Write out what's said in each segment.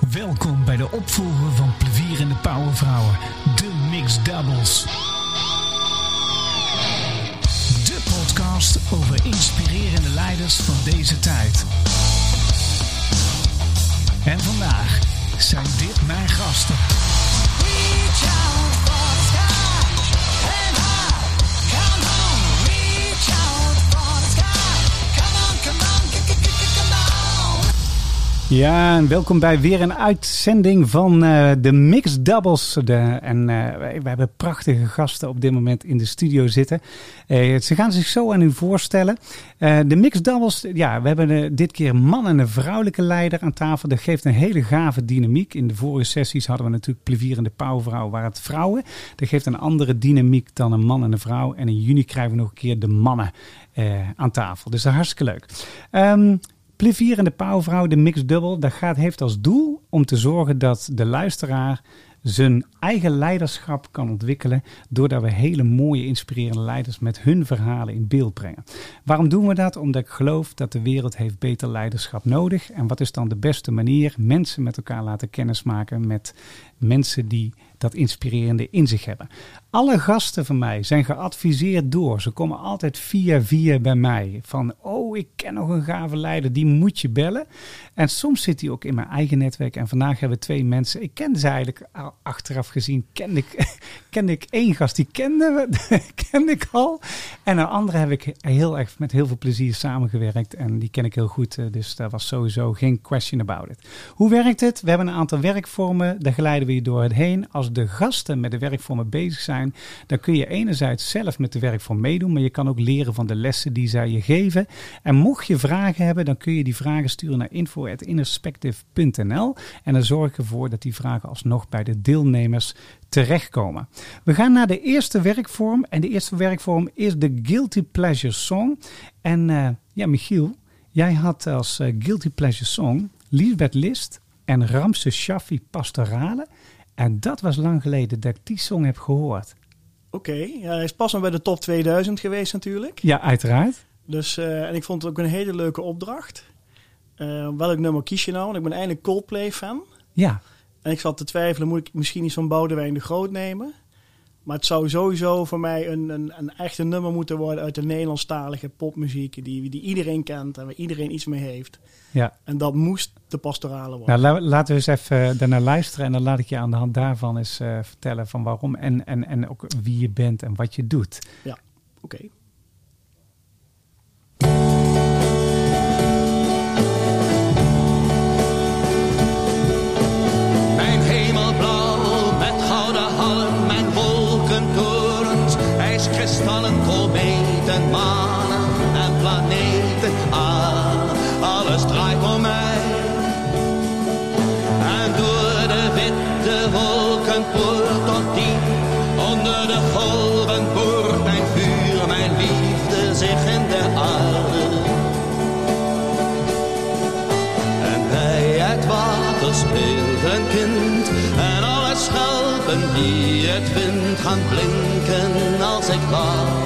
Welkom bij de opvolger van Plevierende Powervrouwen, de Mixed Doubles. De podcast over inspirerende leiders van deze tijd. En vandaag zijn dit mijn gasten. Reach out for the sky and high, come on, reach out for the sky, come on, come on, come on. Ja, en welkom bij weer een uitzending van de Mixed Doubles. We hebben prachtige gasten op dit moment in de studio zitten. Ze gaan zich zo aan u voorstellen. De Mixed Doubles, ja, we hebben dit keer een man en een vrouwelijke leider aan tafel. Dat geeft een hele gave dynamiek. In de vorige sessies hadden we natuurlijk Plevierende Powervrouw, waar het vrouwen. Dat geeft een andere dynamiek dan een man en een vrouw. En in juni krijgen we nog een keer de mannen aan tafel. Dus dat is hartstikke leuk. Plevierende Powervrouw, de Mixed Double, heeft als doel om te zorgen dat de luisteraar zijn eigen leiderschap kan ontwikkelen, doordat we hele mooie, inspirerende leiders met hun verhalen in beeld brengen. Waarom doen we dat? Omdat ik geloof dat de wereld heeft beter leiderschap nodig. En wat is dan de beste manier? Mensen met elkaar laten kennismaken met mensen die dat inspirerende in zich hebben. Alle gasten van mij zijn geadviseerd door. Ze komen altijd via bij mij. Van, ik ken nog een gave leider, die moet je bellen. En soms zit hij ook in mijn eigen netwerk. En vandaag hebben we 2 mensen. Ik kende ze eigenlijk achteraf gezien. Kende ik 1 gast, die kende ik al. En een andere heb ik met heel veel plezier samengewerkt. En die ken ik heel goed. Dus daar was sowieso geen question about it. Hoe werkt het? We hebben een aantal werkvormen. Daar geleiden we je door het heen. Als de gasten met de werkvormen bezig zijn, dan kun je enerzijds zelf met de werkvorm meedoen, maar je kan ook leren van de lessen die zij je geven. En mocht je vragen hebben, dan kun je die vragen sturen naar info@innerspective.nl en dan zorg ik ervoor dat die vragen alsnog bij de deelnemers terechtkomen. We gaan naar de eerste werkvorm en de eerste werkvorm is de Guilty Pleasure Song. En Michiel, jij had als Guilty Pleasure Song Liesbeth List en Ramses Shaffi Pastorale. En dat was lang geleden dat ik die song heb gehoord. Oké, ja, hij is pas nog bij de top 2000 geweest natuurlijk. Ja, uiteraard. Dus, en ik vond het ook een hele leuke opdracht. Welk nummer kies je nou? Want ik ben eigenlijk Coldplay-fan. Ja. En ik zat te twijfelen, moet ik misschien niet zo'n Boudewijn de Groot nemen? Maar het zou sowieso voor mij een echte nummer moeten worden uit de Nederlandstalige popmuziek die iedereen kent en waar iedereen iets mee heeft. Ja. En dat moest de Pastorale worden. Nou, laten we eens even daarnaar luisteren en dan laat ik je aan de hand daarvan eens vertellen van waarom en ook wie je bent en wat je doet. Ja, oké. Mijn hemelblauw met gouden halm, mijn wolkentorens, ijskristallen, kometen, manen en planeten. Alles draait om mij. En door de witte wolkenpoort tot diep onder de golven boort mijn vuur, mijn liefde zich in de aarde. En bij het water speelt een kind en alle schelpen die het vindt gaan blinken als ik lach.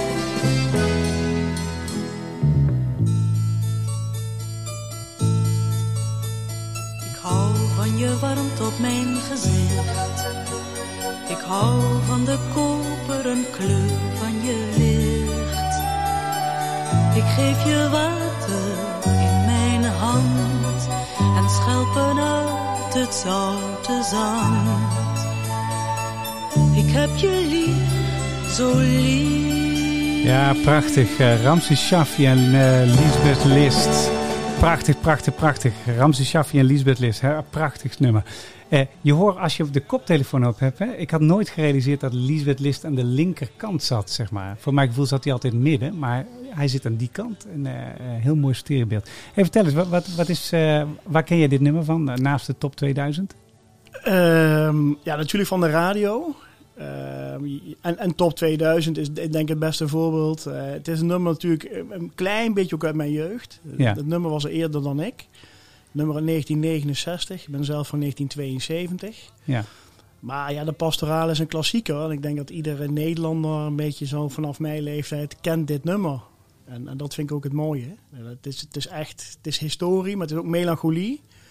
Je warmt op mijn gezicht. Ik hou van de koperen kleur van je licht. Ik geef je water in mijn hand en schelpen uit het zoute zand. Ik heb je lief, zo lief. Ja, prachtig. Ramses Shaffi en Liesbeth List. Prachtig. Ramses Shaffi en Liesbeth List. Prachtig nummer. Je hoort als je de koptelefoon op hebt. Hè? Ik had nooit gerealiseerd dat Liesbeth List aan de linkerkant zat, zeg maar. Voor mijn gevoel zat hij altijd in het midden. Maar hij zit aan die kant. Een heel mooi stereobeeld. Hey, vertel eens, waar ken je dit nummer van? Naast de top 2000? Ja, natuurlijk van de radio. En top 2000 is denk ik het beste voorbeeld. Het is een nummer natuurlijk een klein beetje ook uit mijn jeugd. Ja. Het nummer was er eerder dan ik. Nummer uit 1969. Ik ben zelf van 1972. Ja. Maar ja, de Pastorale is een klassieker. En ik denk dat iedere Nederlander een beetje zo vanaf mijn leeftijd kent dit nummer. En dat vind ik ook het mooie. Het is historie, maar het is ook melancholie.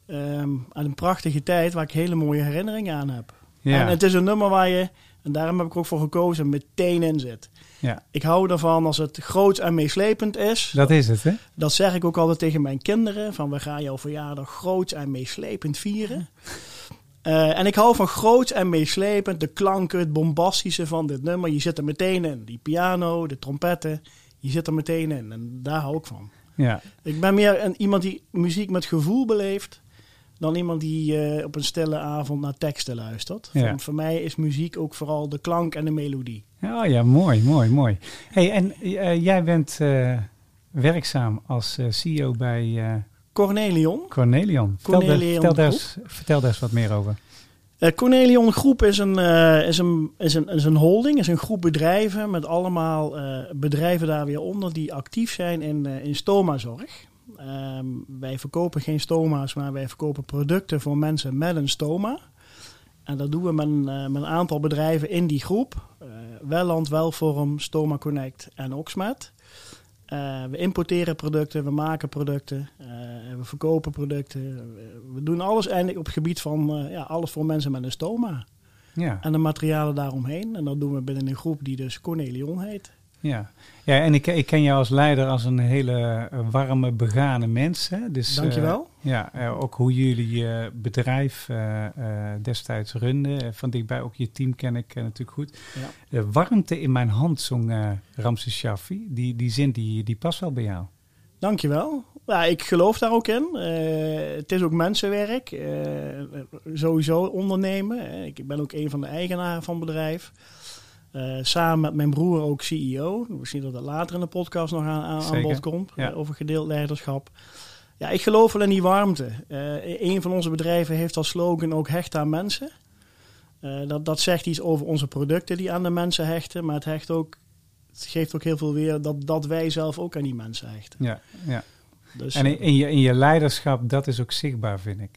aan een prachtige tijd waar ik hele mooie herinneringen aan heb. Ja. En het is een nummer waar je, en daarom heb ik ook voor gekozen, meteen in zit. Ja. Ik hou ervan als het groots en meeslepend is. Dat is het, hè? Dat zeg ik ook altijd tegen mijn kinderen. Van we gaan jouw verjaardag groots en meeslepend vieren. En ik hou van groots en meeslepend. De klanken, het bombastische van dit nummer. Je zit er meteen in. Die piano, de trompetten. Je zit er meteen in. En daar hou ik van. Ja. Ik ben meer iemand die muziek met gevoel beleeft. Dan iemand die op een stille avond naar teksten luistert. Ja. Voor mij is muziek ook vooral de klank en de melodie. Oh ja, mooi. Hey, en jij bent werkzaam als CEO bij Cornelion. Cornelion. Vertel daar eens wat meer over. Cornelion Groep is een holding, is een groep bedrijven met allemaal bedrijven daar weer onder die actief zijn in stomazorg. Wij verkopen geen stoma's, maar wij verkopen producten voor mensen met een stoma. En dat doen we met een aantal bedrijven in die groep. Welland, Welvorm, Stoma Connect en Oxmed. We importeren producten, we maken producten, we verkopen producten. We doen alles eigenlijk op het gebied van alles voor mensen met een stoma. Ja. En de materialen daaromheen. En dat doen we binnen een groep die dus Cornelion heet. Ja, en ik ken jou als leider als een hele warme, begane mens. Hè? Dus, dankjewel. Ook hoe jullie je bedrijf destijds runden. Van dichtbij ook je team ken ik natuurlijk goed. Ja. De warmte in mijn hand zong Ramses Shaffi. Die zin die past wel bij jou. Dankjewel. Ja, ik geloof daar ook in. Het is ook mensenwerk. Sowieso ondernemen. Ik ben ook een van de eigenaren van het bedrijf. Samen met mijn broer ook CEO. Misschien dat het later in de podcast nog aan bod komt. Over gedeeld leiderschap. Ja, ik geloof wel in die warmte. Een van onze bedrijven heeft als slogan ook hecht aan mensen. Dat zegt iets over onze producten die aan de mensen hechten. Maar het geeft ook heel veel weer dat wij zelf ook aan die mensen hechten. Ja. Dus, en in je leiderschap, dat is ook zichtbaar, vind ik.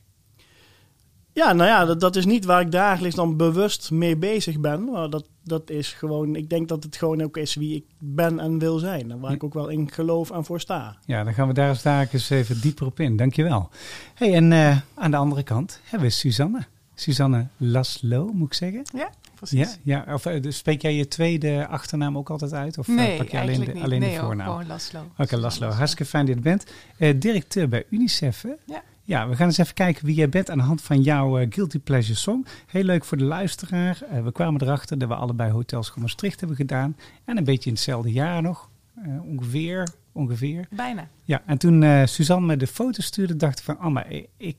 Ja, nou ja, dat is niet waar ik dagelijks dan bewust mee bezig ben. Maar dat is gewoon, ik denk dat het gewoon ook is wie ik ben en wil zijn. En waar ik ook wel in geloof en voor sta. Ja, dan gaan we daar eens even dieper op in. Dankjewel. Hey, en aan de andere kant hebben we Suzanne. Suzanne Laszlo, moet ik zeggen? Ja, precies. Ja, of spreek jij je tweede achternaam ook altijd uit? Of nee, pak je alleen de voornaam? Gewoon Laszlo. Oké, Laszlo. Hartstikke fijn dat je er bent. Directeur bij UNICEF, hè? Ja. Ja, we gaan eens even kijken wie jij bent aan de hand van jouw Guilty Pleasure Song. Heel leuk voor de luisteraar. We kwamen erachter dat we allebei Hotels van Maastricht hebben gedaan. En een beetje in hetzelfde jaar nog. Ongeveer. Bijna. Ja, en toen Suzanne me de foto stuurde, dacht ik van, maar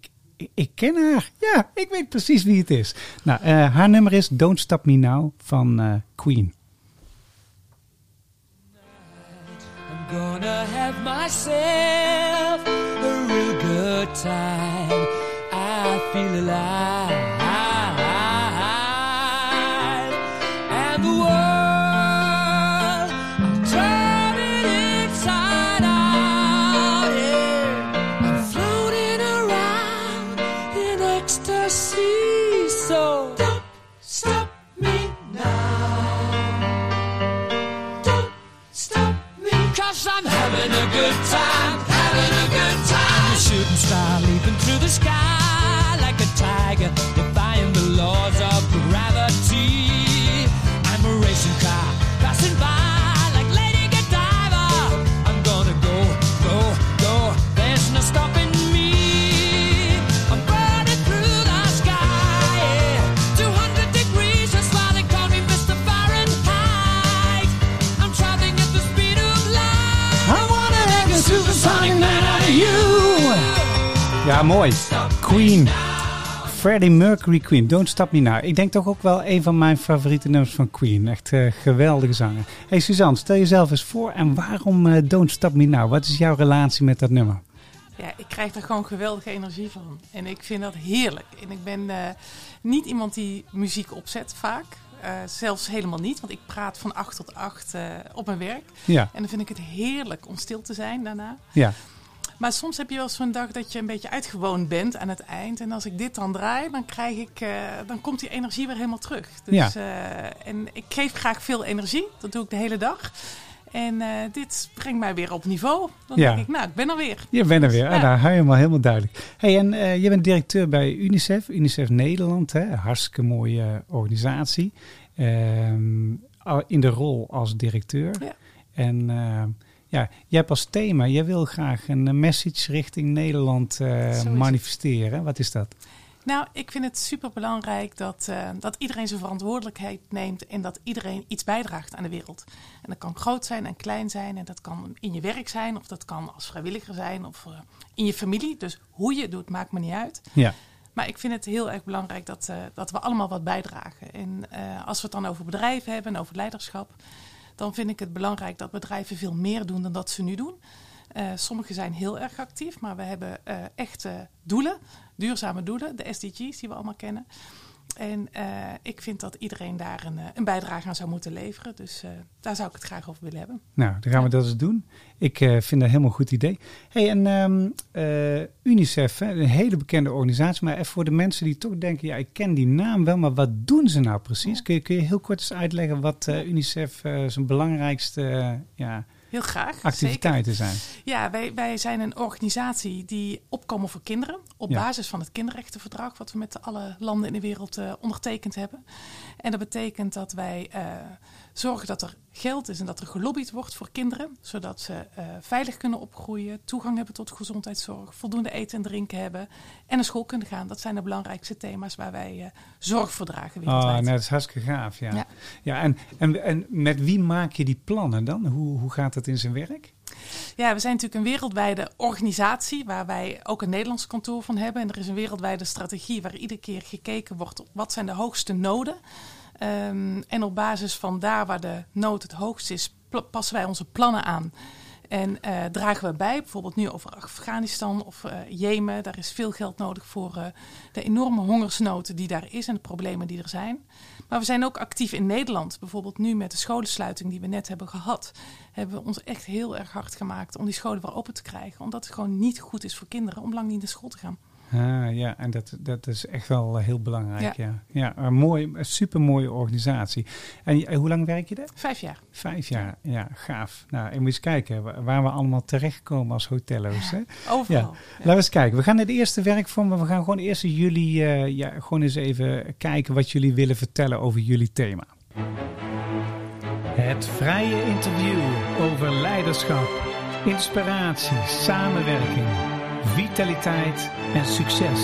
ik ken haar. Ja, ik weet precies wie het is. Nou, haar nummer is Don't Stop Me Now van Queen. I'm gonna have myself a real good time. I feel alive. And the world, I'm turning inside out. Yeah. I'm floating around in ecstasy. So don't stop me now. Don't stop me. 'Cause I'm having a good time, having a good time. A shooting star leaping through the sky like a tiger, defying the laws of gravity. I'm a racing car passing by like Lady Godiva. I'm gonna go, go, go. There's no stopping me. I'm burning through the sky, yeah. 200 degrees, that's why they call me Mr. Fahrenheit. I'm traveling at the speed of light. I wanna have a supersonic man out of you. Ja, mooi. Queen. Freddie Mercury, Queen. Don't Stop Me Now. Ik denk toch ook wel een van mijn favoriete nummers van Queen. Echt geweldige zanger. Hey Suzanne, stel jezelf eens voor. En waarom Don't Stop Me Now? Wat is jouw relatie met dat nummer? Ja, ik krijg er gewoon geweldige energie van. En ik vind dat heerlijk. En ik ben niet iemand die muziek opzet vaak. Zelfs helemaal niet, want ik praat van 8 tot 8 op mijn werk. Ja. En dan vind ik het heerlijk om stil te zijn daarna. Ja. Maar soms heb je wel zo'n dag dat je een beetje uitgewoond bent aan het eind. En als ik dit dan draai, dan dan komt die energie weer helemaal terug. Dus, en ik geef graag veel energie. Dat doe ik de hele dag. En dit brengt mij weer op niveau. Dan Ja. denk ik, ik ben er weer. Je bent er weer. Ja. Nou, helemaal duidelijk. Hey, en je bent directeur bij UNICEF. UNICEF Nederland, hè? Hartstikke mooie organisatie. In de rol als directeur. Ja. En jij hebt als thema, jij wil graag een message richting Nederland manifesteren. Wat is dat? Nou, ik vind het superbelangrijk dat iedereen zijn verantwoordelijkheid neemt en dat iedereen iets bijdraagt aan de wereld. En dat kan groot zijn en klein zijn en dat kan in je werk zijn of dat kan als vrijwilliger zijn of in je familie. Dus hoe je het doet, maakt me niet uit. Ja. Maar ik vind het heel erg belangrijk dat we allemaal wat bijdragen. En als we het dan over bedrijven hebben en over leiderschap, dan vind ik het belangrijk dat bedrijven veel meer doen dan dat ze nu doen. Sommigen zijn heel erg actief, maar we hebben echte doelen, duurzame doelen, de SDG's die we allemaal kennen. En ik vind dat iedereen daar een bijdrage aan zou moeten leveren. Dus daar zou ik het graag over willen hebben. Nou, dan gaan we dat eens doen. Ik vind dat helemaal een goed idee. Hey, en UNICEF, hè, een hele bekende organisatie. Maar even voor de mensen die toch denken, ja, ik ken die naam wel, maar wat doen ze nou precies? Ja. Kun je heel kort eens uitleggen wat UNICEF zijn belangrijkste Heel graag. activiteiten zijn? Ja, wij zijn een organisatie die opkomen voor kinderen. Op Ja. basis van het kinderrechtenverdrag wat we met alle landen in de wereld ondertekend hebben. En dat betekent dat wij zorgen dat er geld is en dat er gelobbyd wordt voor kinderen. Zodat ze veilig kunnen opgroeien, toegang hebben tot gezondheidszorg, voldoende eten en drinken hebben en naar school kunnen gaan. Dat zijn de belangrijkste thema's waar wij zorg voor dragen wereldwijd. Dat is hartstikke gaaf, ja. Ja. Ja, en met wie maak je die plannen dan? Hoe gaat dat in zijn werk? Ja, we zijn natuurlijk een wereldwijde organisatie waar wij ook een Nederlands kantoor van hebben. En er is een wereldwijde strategie waar iedere keer gekeken wordt op wat zijn de hoogste noden. En op basis van daar waar de nood het hoogst is, passen wij onze plannen aan. En dragen we bij, bijvoorbeeld nu over Afghanistan of Jemen. Daar is veel geld nodig voor de enorme hongersnood die daar is en de problemen die er zijn. Maar we zijn ook actief in Nederland. Bijvoorbeeld nu met de scholensluiting die we net hebben gehad, hebben we ons echt heel erg hard gemaakt om die scholen weer open te krijgen. Omdat het gewoon niet goed is voor kinderen om lang niet naar school te gaan. Ja, en dat is echt wel heel belangrijk. Ja, een super mooie organisatie. En hoe lang werk je daar? 5 jaar. 5 jaar, ja, gaaf. Nou, je moet eens kijken waar we allemaal terechtkomen als hotello's. Hè? Overal. Ja. Laten we eens kijken. We gaan naar de eerste werkvorm, maar we gaan gewoon eerst jullie gewoon eens even kijken wat jullie willen vertellen over jullie thema. Het vrije interview over leiderschap, inspiratie, samenwerking, vitaliteit en succes.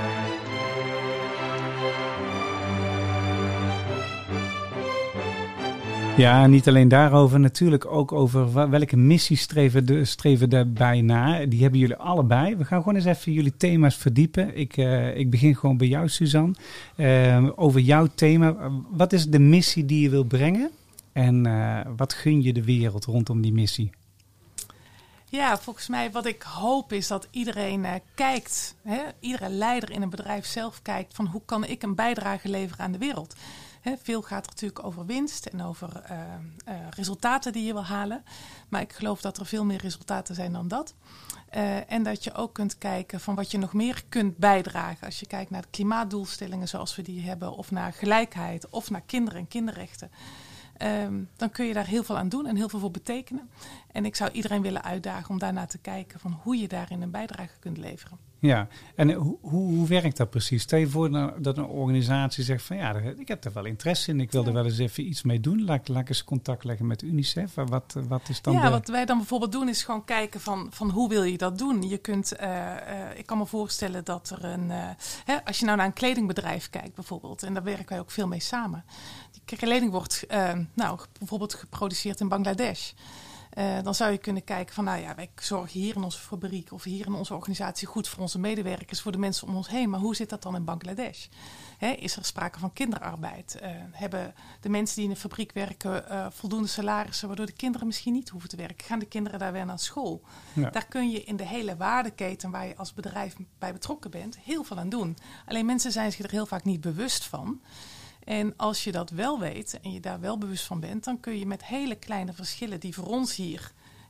Ja, niet alleen daarover, natuurlijk ook over welke missies streven daarbij na. Die hebben jullie allebei. We gaan gewoon eens even jullie thema's verdiepen. Ik begin gewoon bij jou, Suzanne. Over jouw thema. Wat is de missie die je wil brengen? En wat gun je de wereld rondom die missie? Ja, volgens mij wat ik hoop is dat iedereen kijkt. Iedere leider in een bedrijf zelf kijkt van hoe kan ik een bijdrage leveren aan de wereld. Veel gaat er natuurlijk over winst en over resultaten die je wil halen. Maar ik geloof dat er veel meer resultaten zijn dan dat. En dat je ook kunt kijken van wat je nog meer kunt bijdragen. Als je kijkt naar de klimaatdoelstellingen zoals we die hebben. Of naar gelijkheid of naar kinderen en kinderrechten. Dan kun je daar heel veel aan doen en heel veel voor betekenen. En ik zou iedereen willen uitdagen om daarnaar te kijken van hoe je daarin een bijdrage kunt leveren. Ja, en hoe werkt dat precies? Stel je voor dat een organisatie zegt van ja, ik heb er wel interesse in. Ik wil er wel eens even iets mee doen. Laat ik eens contact leggen met UNICEF. Wat is dan wat wij dan bijvoorbeeld doen is gewoon kijken van hoe wil je dat doen? Je kunt, ik kan me voorstellen dat er als je nou naar een kledingbedrijf kijkt bijvoorbeeld. En daar werken wij ook veel mee samen. Die kleding wordt bijvoorbeeld geproduceerd in Bangladesh. Dan zou je kunnen kijken van wij zorgen hier in onze fabriek of hier in onze organisatie goed voor onze medewerkers, voor de mensen om ons heen. Maar hoe zit dat dan in Bangladesh? Is er sprake van kinderarbeid? Hebben de mensen die in de fabriek werken voldoende salarissen waardoor de kinderen misschien niet hoeven te werken? Gaan de kinderen daar weer naar school? Ja. Daar kun je in de hele waardeketen waar je als bedrijf bij betrokken bent heel veel aan doen. Alleen mensen zijn zich er heel vaak niet bewust van. En als je dat wel weet en je daar wel bewust van bent, dan kun je met hele kleine verschillen die voor ons hier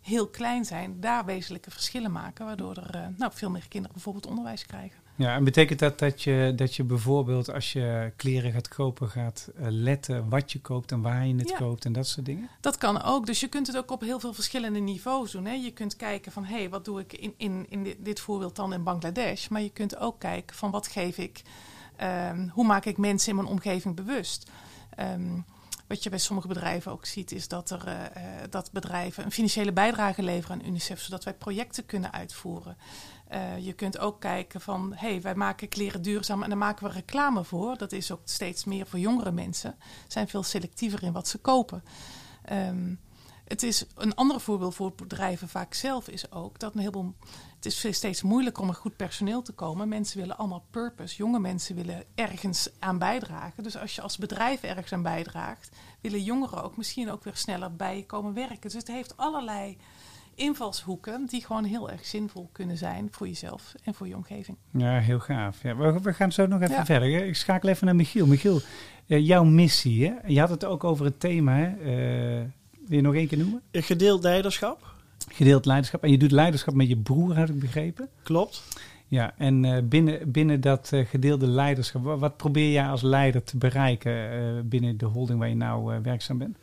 heel klein zijn, daar wezenlijke verschillen maken. Waardoor er veel meer kinderen bijvoorbeeld onderwijs krijgen. Ja, en betekent dat je bijvoorbeeld als je kleren gaat kopen, gaat letten wat je koopt en waar je het koopt en dat soort dingen? Dat kan ook. Dus je kunt het ook op heel veel verschillende niveaus doen. Hè. Je kunt kijken van, wat doe ik in dit voorbeeld dan in Bangladesh? Maar je kunt ook kijken van, wat geef ik, hoe maak ik mensen in mijn omgeving bewust? Wat je bij sommige bedrijven ook ziet, is dat bedrijven een financiële bijdrage leveren aan UNICEF, zodat wij projecten kunnen uitvoeren. Je kunt ook kijken van, wij maken kleren duurzaam en daar maken we reclame voor. Dat is ook steeds meer voor jongere mensen. Zijn veel selectiever in wat ze kopen. Het is een ander voorbeeld voor bedrijven vaak zelf is ook dat het is steeds moeilijker om een goed personeel te komen. Mensen willen allemaal purpose. Jonge mensen willen ergens aan bijdragen. Dus als je als bedrijf ergens aan bijdraagt, willen jongeren ook misschien ook weer sneller bij je komen werken. Dus het heeft allerlei invalshoeken die gewoon heel erg zinvol kunnen zijn voor jezelf en voor je omgeving. Ja, heel gaaf. Ja, we gaan zo nog even verder. Hè? Ik schakel even naar Michiel. Michiel, jouw missie, hè? Je had het ook over het thema, hè? Wil je nog één keer noemen? Gedeeld leiderschap. Gedeeld leiderschap. En je doet leiderschap met je broer, heb ik begrepen. Klopt. Ja, en binnen dat gedeelde leiderschap, wat probeer jij als leider te bereiken binnen de holding waar je nou werkzaam bent?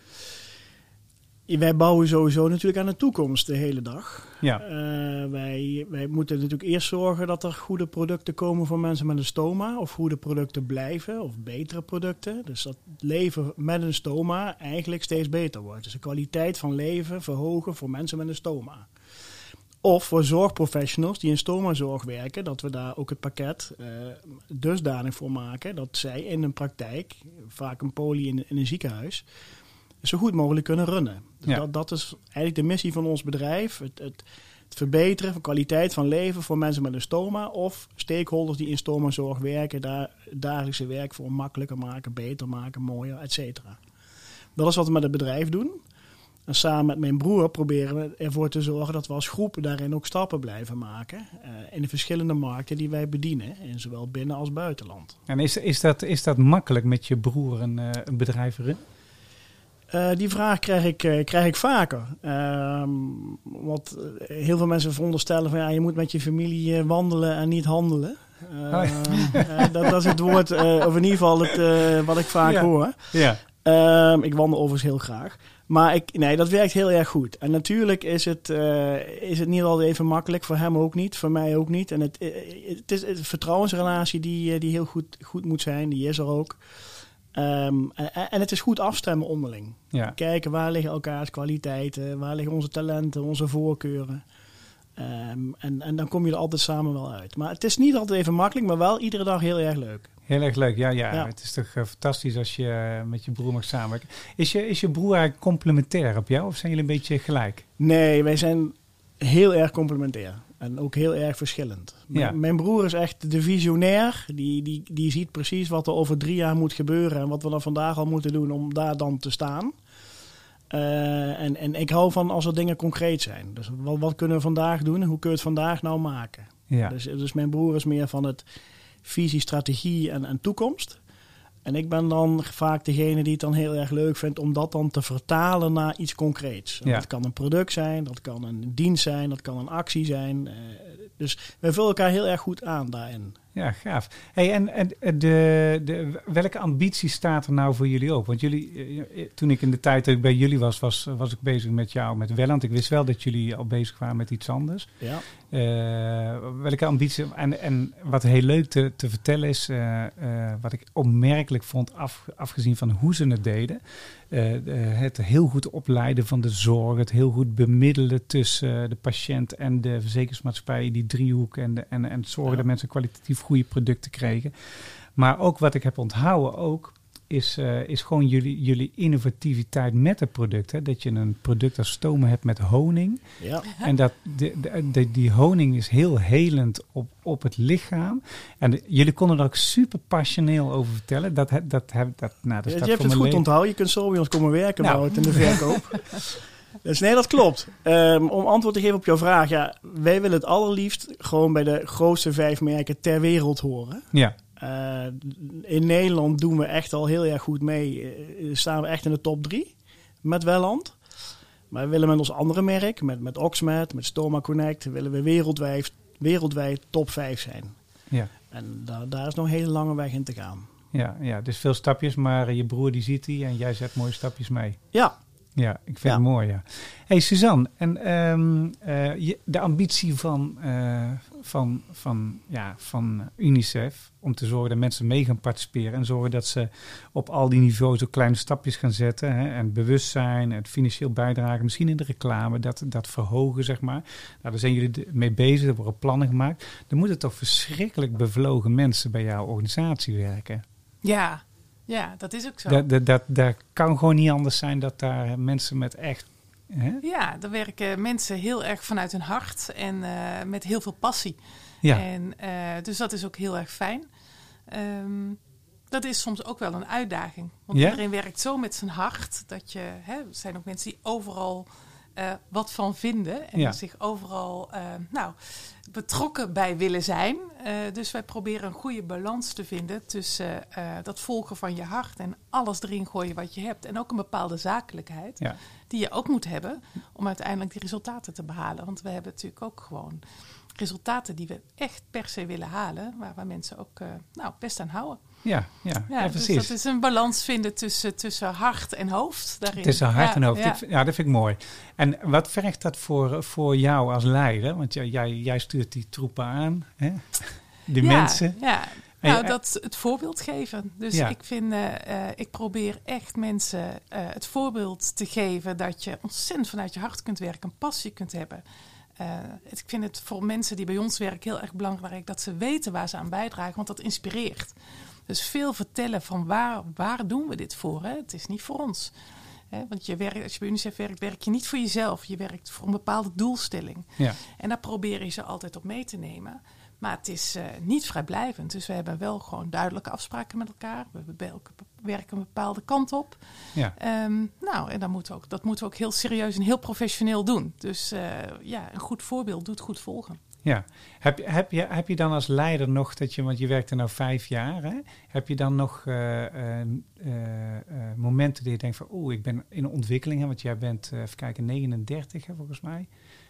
Wij bouwen sowieso natuurlijk aan de toekomst de hele dag. Ja. Wij moeten natuurlijk eerst zorgen dat er goede producten komen voor mensen met een stoma. Of goede producten blijven, of betere producten. Dus dat leven met een stoma eigenlijk steeds beter wordt. Dus de kwaliteit van leven verhogen voor mensen met een stoma. Of voor zorgprofessionals die in stomazorg werken, dat we daar ook het pakket dusdanig voor maken dat zij in een praktijk, vaak een poli in een ziekenhuis, zo goed mogelijk kunnen runnen. Dus dat is eigenlijk de missie van ons bedrijf. Het verbeteren van kwaliteit van leven voor mensen met een stoma of stakeholders die in stomazorg werken, daar dagelijkse werk voor makkelijker maken, beter maken, mooier, et cetera. Dat is wat we met het bedrijf doen. En samen met mijn broer proberen we ervoor te zorgen dat we als groep daarin ook stappen blijven maken. In de verschillende markten die wij bedienen. In zowel binnen als buitenland. En is dat makkelijk met je broer een bedrijf erin? Die vraag krijg ik vaker. Want heel veel mensen veronderstellen van je moet met je familie wandelen en niet handelen. Dat is het woord, of in ieder geval wat ik vaak hoor. Ja. Ik wandel overigens heel graag. Maar dat werkt heel erg goed. En natuurlijk is het niet altijd even makkelijk. Voor hem ook niet, voor mij ook niet. En het is een vertrouwensrelatie die heel goed moet zijn. Die is er ook. En het is goed afstemmen onderling. Ja. Kijken waar liggen elkaars kwaliteiten, waar liggen onze talenten, onze voorkeuren. En dan kom je er altijd samen wel uit. Maar het is niet altijd even makkelijk, maar wel iedere dag heel erg leuk. Heel erg leuk, ja. Het is toch fantastisch als je met je broer mag samenwerken. Is je broer eigenlijk complementair op jou of zijn jullie een beetje gelijk? Nee, wij zijn heel erg complementair. En ook heel erg verschillend. Ja. Mijn broer is echt de visionair. Die ziet precies wat er over 3 jaar moet gebeuren. En wat we dan vandaag al moeten doen om daar dan te staan. En ik hou van als er dingen concreet zijn. Dus wat kunnen we vandaag doen en hoe kun je het vandaag nou maken? Ja. Dus mijn broer is meer van het visie, strategie en toekomst. En ik ben dan vaak degene die het dan heel erg leuk vindt om dat dan te vertalen naar iets concreets. Ja. Dat kan een product zijn, dat kan een dienst zijn, dat kan een actie zijn. Dus wij vullen elkaar heel erg goed aan daarin. Ja, gaaf. Hey, en welke ambitie staat er nou voor jullie ook? Want jullie, toen ik in de tijd dat ik bij jullie was ik bezig met jou, met Welland. Ik wist wel dat jullie al bezig waren met iets anders. Ja. Welke ambitie, en wat heel leuk te vertellen is, wat ik opmerkelijk vond, afgezien van hoe ze het deden. Het heel goed opleiden van de zorg, het heel goed bemiddelen tussen de patiënt en de verzekeringsmaatschappij, die driehoek en zorgen dat mensen kwalitatief goede producten kregen. Maar ook wat ik heb onthouden ook, is gewoon jullie innovativiteit met het product. Hè? Dat je een product als stoma hebt met honing. Ja. En dat die honing is heel helend op het lichaam. En jullie konden er ook super passioneel over vertellen. Dat je hebt het goed onthouden. Je kunt zo bij ons komen werken, Wout, in de verkoop. Dus nee, dat klopt. Om antwoord te geven op jouw vraag. Ja, wij willen het allerliefst gewoon bij de grootste 5 merken ter wereld horen. Ja. In Nederland doen we echt al heel erg goed mee. Staan we echt in de top 3 met Welland. Maar we willen met ons andere merk, met Oxmed, met Stoma Connect, willen we wereldwijd top 5 zijn. Ja. En daar is nog een hele lange weg in te gaan. Ja, dus veel stapjes, maar je broer die ziet die en jij zet mooie stapjes mee. Ja. Ja, ik vind het mooi, ja. Hey Suzanne, en de ambitie van UNICEF om te zorgen dat mensen mee gaan participeren en zorgen dat ze op al die niveaus ook kleine stapjes gaan zetten, hè, en bewustzijn, het financieel bijdragen, misschien in de reclame, dat verhogen, zeg maar. Nou, daar zijn jullie mee bezig, er worden plannen gemaakt. Dan moeten toch verschrikkelijk bevlogen mensen bij jouw organisatie werken. Ja, dat is ook zo. Dat kan gewoon niet anders zijn dat daar mensen met echt... Hè? Ja, daar werken mensen heel erg vanuit hun hart en met heel veel passie. Ja. En, dus dat is ook heel erg fijn. Dat is soms ook wel een uitdaging. Want iedereen werkt zo met zijn hart. Dat er zijn ook mensen die overal wat van vinden. En zich overal betrokken bij willen zijn. Dus wij proberen een goede balans te vinden tussen dat volgen van je hart en alles erin gooien wat je hebt. En ook een bepaalde zakelijkheid die je ook moet hebben om uiteindelijk die resultaten te behalen. Want we hebben natuurlijk ook gewoon resultaten die we echt per se willen halen. Waar mensen ook best aan houden. Ja, precies. Dus dat is een balans vinden tussen hart en hoofd daarin. Tussen hart en hoofd. Ja, dat vind ik mooi. En wat vergt dat voor jou als leider? Want jij stuurt die troepen aan, hè? Mensen. Ja, dat het voorbeeld geven. Dus ik probeer echt mensen het voorbeeld te geven dat je ontzettend vanuit je hart kunt werken, een passie kunt hebben. Ik vind het voor mensen die bij ons werken heel erg belangrijk dat ze weten waar ze aan bijdragen, want dat inspireert. Dus veel vertellen van waar doen we dit voor? Hè? Het is niet voor ons. Hè? Want als je bij UNICEF werkt, werk je niet voor jezelf. Je werkt voor een bepaalde doelstelling. Ja. En daar probeer je ze altijd op mee te nemen. Maar het is niet vrijblijvend. Dus we hebben wel gewoon duidelijke afspraken met elkaar. We werken een bepaalde kant op. Ja. En dat moeten we ook heel serieus en heel professioneel doen. Dus een goed voorbeeld doet goed volgen. Ja. Heb je dan als leider nog want je werkt er nou 5 jaar, hè? Heb je dan nog momenten dat je denkt van, ik ben in ontwikkeling, hè? Want jij bent, 39, hè, volgens mij.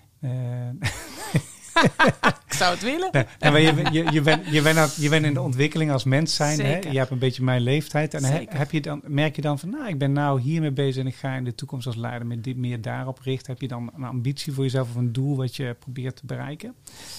Ik zou het willen. Nee, maar je bent in de ontwikkeling als mens zijn. Hè? Je hebt een beetje mijn leeftijd. En merk je dan van, ik ben nou hiermee bezig en ik ga in de toekomst als leider met meer daarop richten. Heb je dan een ambitie voor jezelf of een doel wat je probeert te bereiken?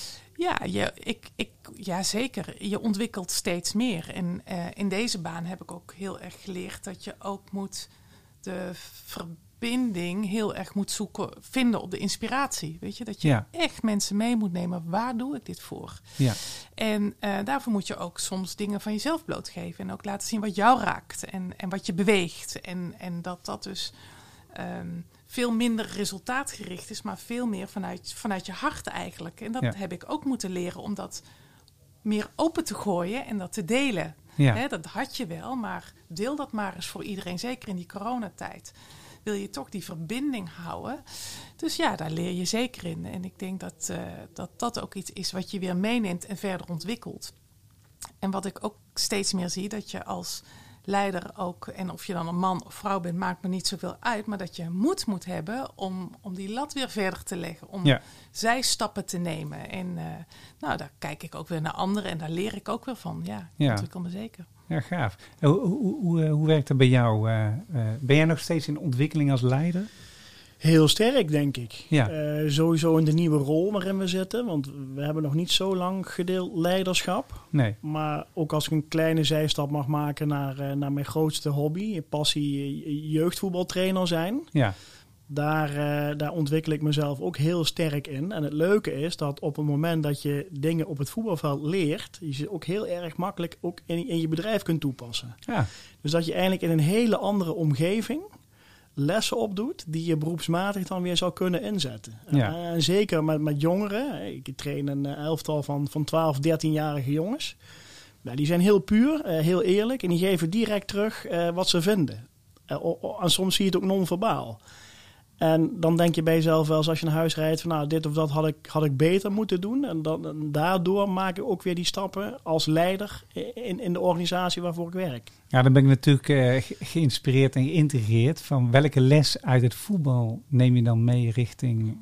Ja, zeker. Je ontwikkelt steeds meer. En in deze baan heb ik ook heel erg geleerd dat je ook moet de verbinding heel erg moet vinden op de inspiratie. Weet je, dat je echt mensen mee moet nemen. Waar doe ik dit voor? Ja. En daarvoor moet je ook soms dingen van jezelf blootgeven. En ook laten zien wat jou raakt. En wat je beweegt. En dat dus veel minder resultaatgericht is. Maar veel meer vanuit je hart eigenlijk. En dat heb ik ook moeten leren om dat meer open te gooien en dat te delen. Ja. Hè, dat had je wel, maar deel dat maar eens voor iedereen. Zeker in die coronatijd. Wil je toch die verbinding houden. Dus daar leer je zeker in. En ik denk dat ook iets is wat je weer meeneemt en verder ontwikkelt. En wat ik ook steeds meer zie, dat je als leider ook, en of je dan een man of vrouw bent, maakt me niet zoveel uit, maar dat je moed moet hebben om die lat weer verder te leggen, om zijstappen te nemen. En daar kijk ik ook weer naar anderen en daar leer ik ook weer van. Ja, ik ontwikkel me zeker. Ja, gaaf. Hoe werkt dat bij jou? Ben jij nog steeds in ontwikkeling als leider? Heel sterk, denk ik. Ja. Sowieso in de nieuwe rol waarin we zitten. Want we hebben nog niet zo lang gedeeld leiderschap. Nee. Maar ook als ik een kleine zijstap mag maken naar mijn grootste hobby. Passie, jeugdvoetbaltrainer zijn. Ja. Daar ontwikkel ik mezelf ook heel sterk in. En het leuke is dat op het moment dat je dingen op het voetbalveld leert, je ze ook heel erg makkelijk ook in je bedrijf kunt toepassen. Ja. Dus dat je eigenlijk in een hele andere omgeving lessen opdoet die je beroepsmatig dan weer zou kunnen inzetten. Ja. En zeker met jongeren. Ik train een elftal van 12, 13-jarige jongens. Nou, die zijn heel puur, heel eerlijk en die geven direct terug wat ze vinden. En soms zie je het ook non-verbaal. En dan denk je bij jezelf wel eens als je naar huis rijdt van nou, dit of dat had ik beter moeten doen. En daardoor maak ik ook weer die stappen als leider in de organisatie waarvoor ik werk. Ja, dan ben ik natuurlijk geïnspireerd en geïntegreerd. Van welke les uit het voetbal neem je dan mee richting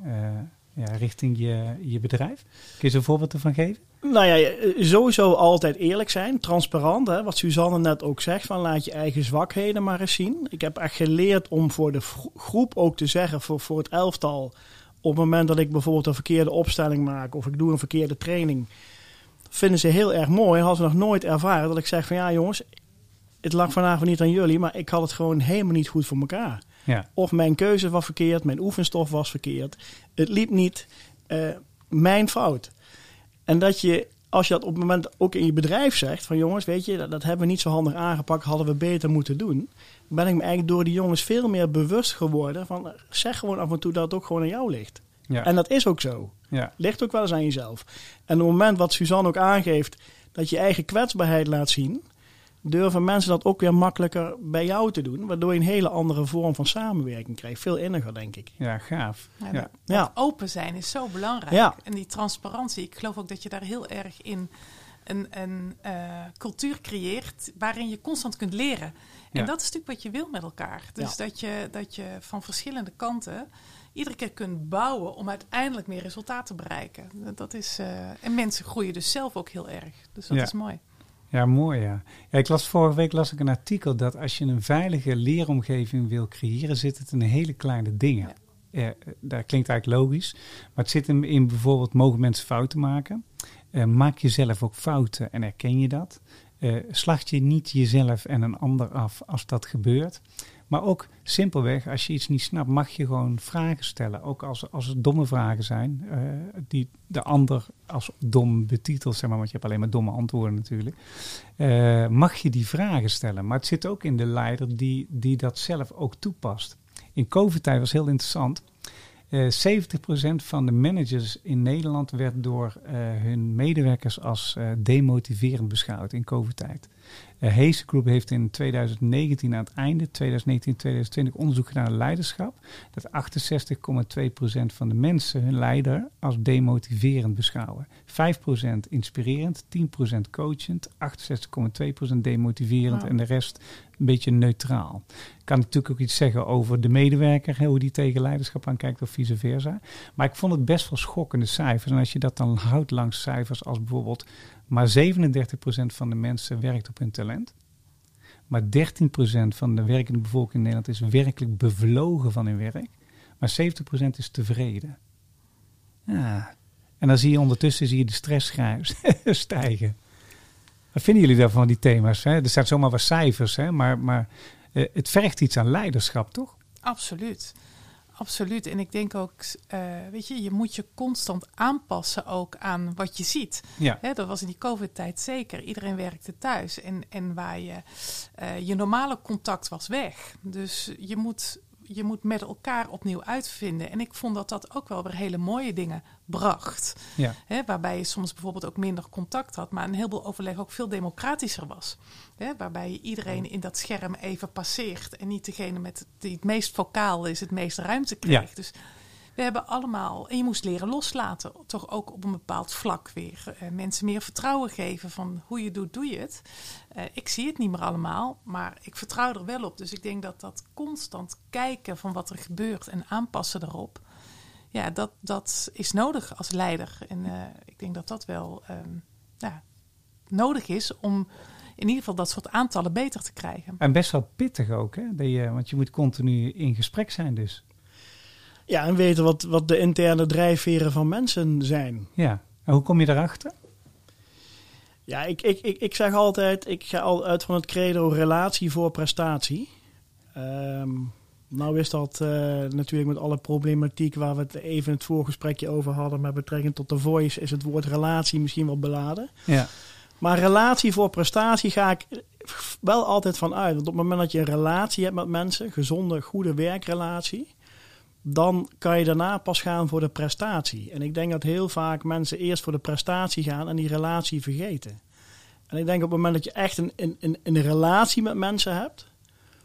je bedrijf? Kun je eens een voorbeeld ervan geven? Nou ja, sowieso altijd eerlijk zijn, transparant. Hè? Wat Suzanne net ook zegt, van laat je eigen zwakheden maar eens zien. Ik heb echt geleerd om voor de groep ook te zeggen, voor het elftal, op het moment dat ik bijvoorbeeld een verkeerde opstelling maak of ik doe een verkeerde training, vinden ze heel erg mooi. En hadden ze nog nooit ervaren dat ik zeg van ja jongens, het lag vanavond niet aan jullie, maar ik had het gewoon helemaal niet goed voor elkaar. Ja. Of mijn keuze was verkeerd, mijn oefenstof was verkeerd. Het liep niet, mijn fout. En dat je, als je dat op het moment ook in je bedrijf zegt, van jongens, weet je, dat hebben we niet zo handig aangepakt, hadden we beter moeten doen. Ben ik me eigenlijk door die jongens veel meer bewust geworden van, zeg gewoon af en toe dat het ook gewoon aan jou ligt. Ja. En dat is ook zo. Ja. Ligt ook wel eens aan jezelf. En op het moment wat Suzanne ook aangeeft, dat je eigen kwetsbaarheid laat zien, durven mensen dat ook weer makkelijker bij jou te doen, waardoor je een hele andere vorm van samenwerking krijgt. Veel inniger, denk ik. Ja, gaaf. Ja. Ja. Open zijn is zo belangrijk. Ja. En die transparantie, ik geloof ook dat je daar heel erg in een cultuur creëert waarin je constant kunt leren. En Ja. dat is natuurlijk wat je wil met elkaar. Dus dat je van verschillende kanten iedere keer kunt bouwen om uiteindelijk meer resultaat te bereiken. Dat is, en mensen groeien dus zelf ook heel erg. Dus dat is mooi. Ja, mooi ja. Vorige week las ik een artikel dat als je een veilige leeromgeving wil creëren, zit het in hele kleine dingen. Ja. Dat klinkt eigenlijk logisch, maar het zit in bijvoorbeeld, mogen mensen fouten maken? Maak je zelf ook fouten en erken je dat? Slacht je niet jezelf en een ander af als dat gebeurt? Maar ook simpelweg, als je iets niet snapt, mag je gewoon vragen stellen. Ook als het domme vragen zijn, die de ander als dom betitelt, zeg maar, want je hebt alleen maar domme antwoorden natuurlijk. Mag je die vragen stellen. Maar het zit ook in de leider die dat zelf ook toepast. In COVID-tijd was heel interessant. 70% van de managers in Nederland werd door hun medewerkers als demotiverend beschouwd in COVID-tijd. Heese Group heeft in 2019 aan het einde, 2019-2020, onderzoek gedaan naar leiderschap. Dat 68,2% van de mensen hun leider als demotiverend beschouwen. 5% inspirerend, 10% coachend, 68,2% demotiverend en de rest een beetje neutraal. Ik kan natuurlijk ook iets zeggen over de medewerker, hoe die tegen leiderschap aankijkt of vice versa. Maar ik vond het best wel schokkende cijfers. En als je dat dan houdt langs cijfers als bijvoorbeeld, maar 37% van de mensen werkt op hun talent. Maar 13% van de werkende bevolking in Nederland is werkelijk bevlogen van hun werk. Maar 70% is tevreden. Ja. En dan zie je ondertussen de stress stijgen. Wat vinden jullie daarvan, die thema's? Hè? Er staan zomaar wat cijfers, hè? Maar het vergt iets aan leiderschap, toch? Absoluut. Absoluut. En ik denk ook, je moet je constant aanpassen ook aan wat je ziet. Ja. Dat was in die COVID-tijd zeker. Iedereen werkte thuis. En waar je normale contact was weg. Dus je moet met elkaar opnieuw uitvinden. En ik vond dat ook wel weer hele mooie dingen bracht. Ja. Waarbij je soms bijvoorbeeld ook minder contact had, maar een heleboel overleg ook veel democratischer was. Waarbij je iedereen in dat scherm even passeert en niet degene die het meest vocaal is, het meest ruimte krijgt. Ja. Dus we hebben allemaal, en je moest leren loslaten, toch ook op een bepaald vlak weer. Mensen meer vertrouwen geven van hoe je doe je het. Ik zie het niet meer allemaal, maar ik vertrouw er wel op. Dus ik denk dat constant kijken van wat er gebeurt en aanpassen daarop, ja, dat is nodig als leider. En ik denk dat wel nodig is om in ieder geval dat soort aantallen beter te krijgen. En best wel pittig ook, hè? Want je moet continu in gesprek zijn dus. Ja, en weten wat de interne drijfveren van mensen zijn. Ja, en hoe kom je erachter? Ja, ik zeg altijd, ik ga al uit van het credo relatie voor prestatie. Nou is dat natuurlijk met alle problematiek waar we het even in het voorgesprekje over hadden met betrekking tot de Voice, is het woord relatie misschien wel beladen. Ja. Maar relatie voor prestatie ga ik wel altijd van uit. Want op het moment dat je een relatie hebt met mensen, gezonde, goede werkrelatie, dan kan je daarna pas gaan voor de prestatie. En ik denk dat heel vaak mensen eerst voor de prestatie gaan en die relatie vergeten. En ik denk op het moment dat je echt een relatie met mensen hebt,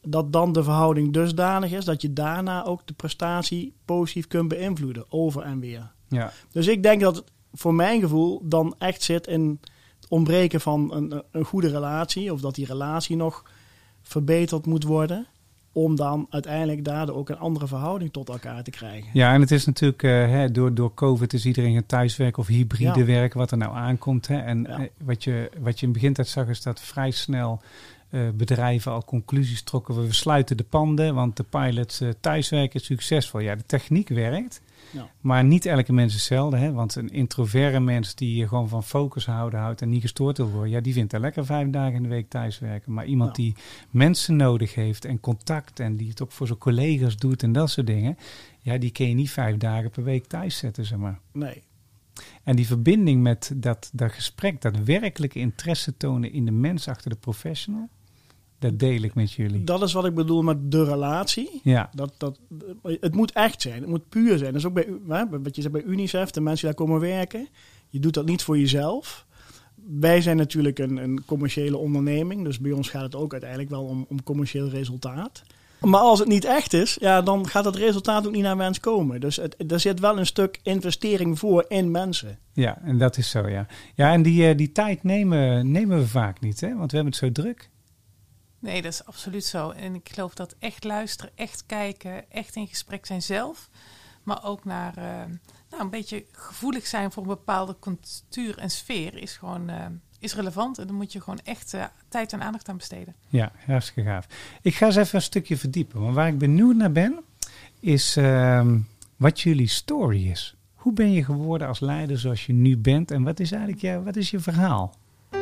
dat dan de verhouding dusdanig is dat je daarna ook de prestatie positief kunt beïnvloeden, over en weer. Ja. Dus ik denk dat het voor mijn gevoel dan echt zit in het ontbreken van een goede relatie, of dat die relatie nog verbeterd moet worden, om dan uiteindelijk daardoor ook een andere verhouding tot elkaar te krijgen. Ja, en het is natuurlijk door COVID is iedereen gaan thuiswerken of hybride werken, wat er nou aankomt. Hè. En wat je in het begin zag, is dat vrij snel bedrijven al conclusies trokken. We sluiten de panden, want de pilots thuiswerken is succesvol. Ja, de techniek werkt, maar niet elke mens is hetzelfde. Hè. Want een introverte mens die gewoon van focus houdt en niet gestoord wil worden, ja, die vindt er lekker 5 dagen in de week thuiswerken. Maar iemand die mensen nodig heeft en contact en die het ook voor zijn collega's doet en dat soort dingen, ja, die kun je niet 5 dagen per week thuis zetten, zeg maar. Nee. En die verbinding met dat gesprek, dat werkelijke interesse tonen in de mens achter de professional, dat deel ik met jullie. Dat is wat ik bedoel met de relatie. Ja. Het moet echt zijn. Het moet puur zijn. Dat is ook wat je zegt bij UNICEF, de mensen die daar komen werken. Je doet dat niet voor jezelf. Wij zijn natuurlijk een commerciële onderneming. Dus bij ons gaat het ook uiteindelijk wel om commercieel resultaat. Maar als het niet echt is, ja, dan gaat het resultaat ook niet naar wens komen. Dus er zit wel een stuk investering voor in mensen. Ja, en dat is zo, ja. Ja, en die tijd nemen we vaak niet, hè? Want we hebben het zo druk. Nee, dat is absoluut zo. En ik geloof dat echt luisteren, echt kijken, echt in gesprek zijn zelf. Maar ook naar een beetje gevoelig zijn voor een bepaalde cultuur en sfeer is gewoon is relevant. En dan moet je gewoon echt tijd en aandacht aan besteden. Ja, hartstikke gaaf. Ik ga eens even een stukje verdiepen. Want waar ik benieuwd naar ben, is wat jullie story is. Hoe ben je geworden als leider zoals je nu bent? En wat is eigenlijk wat is je verhaal?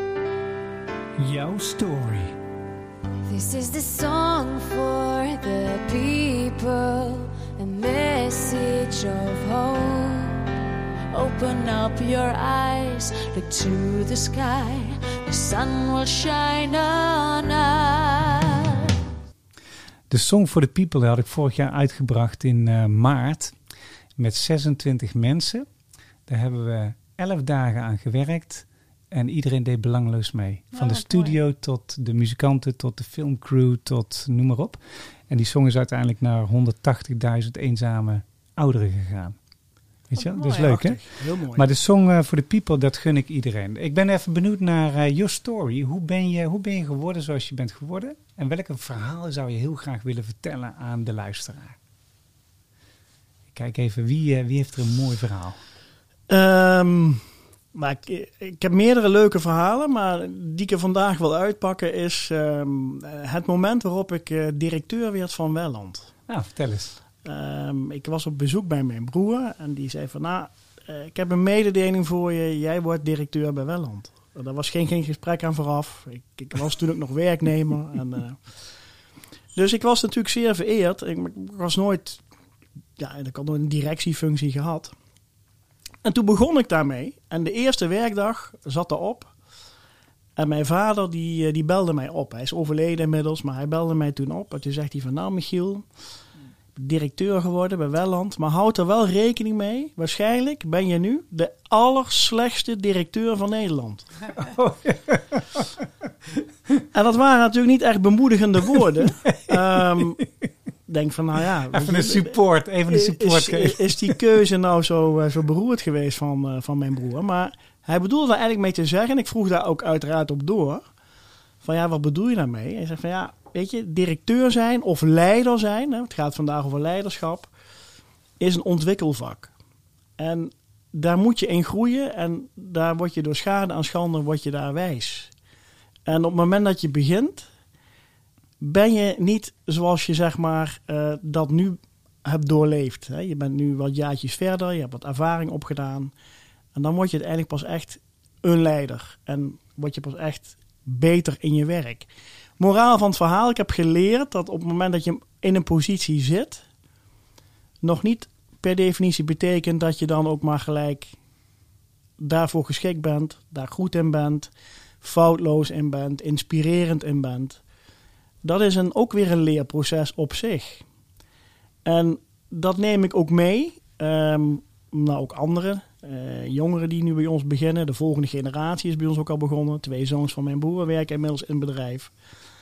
Jouw story. This is the song for the people, a message of hope. Open up your eyes, look to the sky, the sun will shine on us. De Song for the People had ik vorig jaar uitgebracht in maart met 26 mensen. Daar hebben we 11 dagen aan gewerkt. En iedereen deed belangloos mee. Van de studio mooi. Tot de muzikanten, tot de filmcrew, tot noem maar op. En die song is uiteindelijk naar 180.000 eenzame ouderen gegaan. Weet je wel? Dat is leuk, hè? Heel mooi. Maar de Song for the People, dat gun ik iedereen. Ik ben even benieuwd naar your story. Hoe ben je geworden zoals je bent geworden? En welke verhalen zou je heel graag willen vertellen aan de luisteraar? Kijk even, wie heeft er een mooi verhaal? Maar ik heb meerdere leuke verhalen, maar die ik er vandaag wil uitpakken is het moment waarop ik directeur werd van Welland. Nou, vertel eens. Ik was op bezoek bij mijn broer en die zei van, ik heb een mededeling voor je, jij wordt directeur bij Welland. Daar was geen gesprek aan vooraf. Ik was toen ook nog werknemer. Dus ik was natuurlijk zeer vereerd. Ik was nooit, ik had nooit een directiefunctie gehad. En toen begon ik daarmee. En de eerste werkdag zat erop. En mijn vader die belde mij op. Hij is overleden inmiddels, maar hij belde mij toen op. En toen zegt hij van, nou Michiel, directeur geworden bij Welland. Maar houd er wel rekening mee. Waarschijnlijk ben je nu de allerslechtste directeur van Nederland. En dat waren natuurlijk niet echt bemoedigende woorden. Denk van, even een support geven. Is die keuze nou zo beroerd geweest van mijn broer? Maar hij bedoelde daar eigenlijk mee te zeggen, en ik vroeg daar ook uiteraard op door, van wat bedoel je daarmee? Hij zegt van weet je, directeur zijn of leider zijn, het gaat vandaag over leiderschap, is een ontwikkelvak. En daar moet je in groeien en daar word je door schade aan schande, word je daar wijs. En op het moment dat je begint, ben je niet zoals je zeg maar dat nu hebt doorleefd. Hè? Je bent nu wat jaartjes verder, je hebt wat ervaring opgedaan. En dan word je uiteindelijk pas echt een leider. En word je pas echt beter in je werk. Moraal van het verhaal, ik heb geleerd dat op het moment dat je in een positie zit, nog niet per definitie betekent dat je dan ook maar gelijk daarvoor geschikt bent, daar goed in bent, foutloos in bent, inspirerend in bent. Dat is ook weer een leerproces op zich. En dat neem ik ook mee. Ook anderen, jongeren die nu bij ons beginnen. De volgende generatie is bij ons ook al begonnen. 2 zoons van mijn broer werken inmiddels in het bedrijf.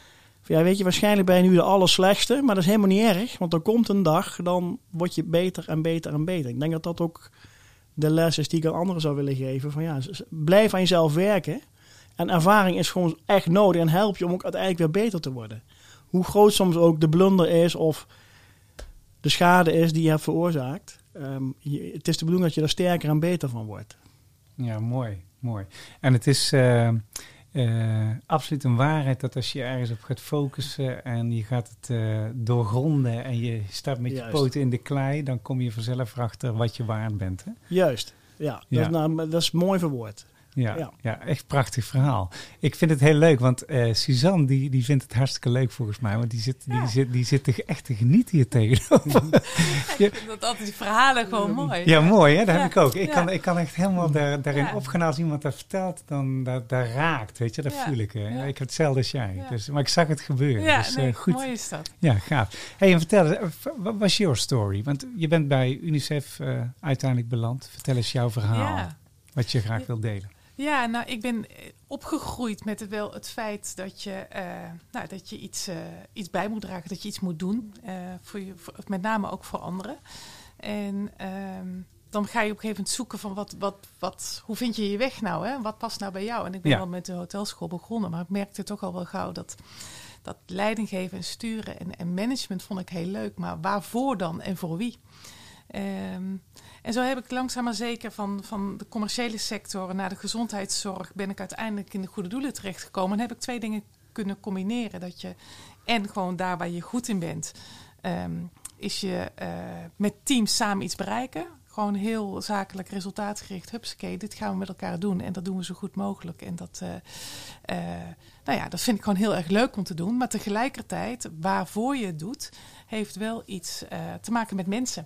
Ja, weet je, waarschijnlijk ben je nu de allerslechtste, maar dat is helemaal niet erg. Want er komt een dag, dan word je beter en beter en beter. Ik denk dat dat ook de les is die ik aan anderen zou willen geven. Van ja, blijf aan jezelf werken. En ervaring is gewoon echt nodig en helpt je om ook uiteindelijk weer beter te worden. Hoe groot soms ook de blunder is of de schade is die je hebt veroorzaakt. Het is de bedoeling dat je er sterker en beter van wordt. Ja, mooi. En het is absoluut een waarheid dat als je ergens op gaat focussen en je gaat het doorgronden en je staat met je poten in de klei, dan kom je vanzelf erachter wat je waard bent. Hè? Juist, ja. Dat is mooi verwoord. Ja, echt prachtig verhaal. Ik vind het heel leuk, want Suzanne die vindt het hartstikke leuk volgens mij. Want die zit er echt te genieten hier tegenover. Ik vind dat altijd die verhalen gewoon mooi. Ja, mooi hè, dat heb ik ook. Ik kan echt helemaal daarin opgaan als iemand dat vertelt, dan dat raakt, weet je, dat voel ik. Hè. Ik heb hetzelfde als jij. Ja. Dus, maar ik zag het gebeuren. Ja, dus, goed. Mooi is dat. Ja, gaaf. Hey, en vertel eens, wat was your story? Want je bent bij UNICEF uiteindelijk beland. Vertel eens jouw verhaal, wat je graag wilt delen. Ja, nou, ik ben opgegroeid met het feit dat je iets bij moet dragen, dat je iets moet doen, met name ook voor anderen. En dan ga je op een gegeven moment zoeken van hoe vind je je weg nou, hè? Wat past nou bij jou? En ik ben wel met de hotelschool begonnen, maar ik merkte toch al wel gauw dat leiding geven en sturen en management vond ik heel leuk, maar waarvoor dan en voor wie? En zo heb ik langzaam maar zeker van de commerciële sector naar de gezondheidszorg ben ik uiteindelijk in de goede doelen terechtgekomen. En heb ik 2 dingen kunnen combineren. Dat je en gewoon daar waar je goed in bent, is je met teams samen iets bereiken. Gewoon heel zakelijk resultaatgericht. Hupsakee, dit gaan we met elkaar doen. En dat doen we zo goed mogelijk. En dat vind ik gewoon heel erg leuk om te doen. Maar tegelijkertijd, waarvoor je het doet, heeft wel iets te maken met mensen.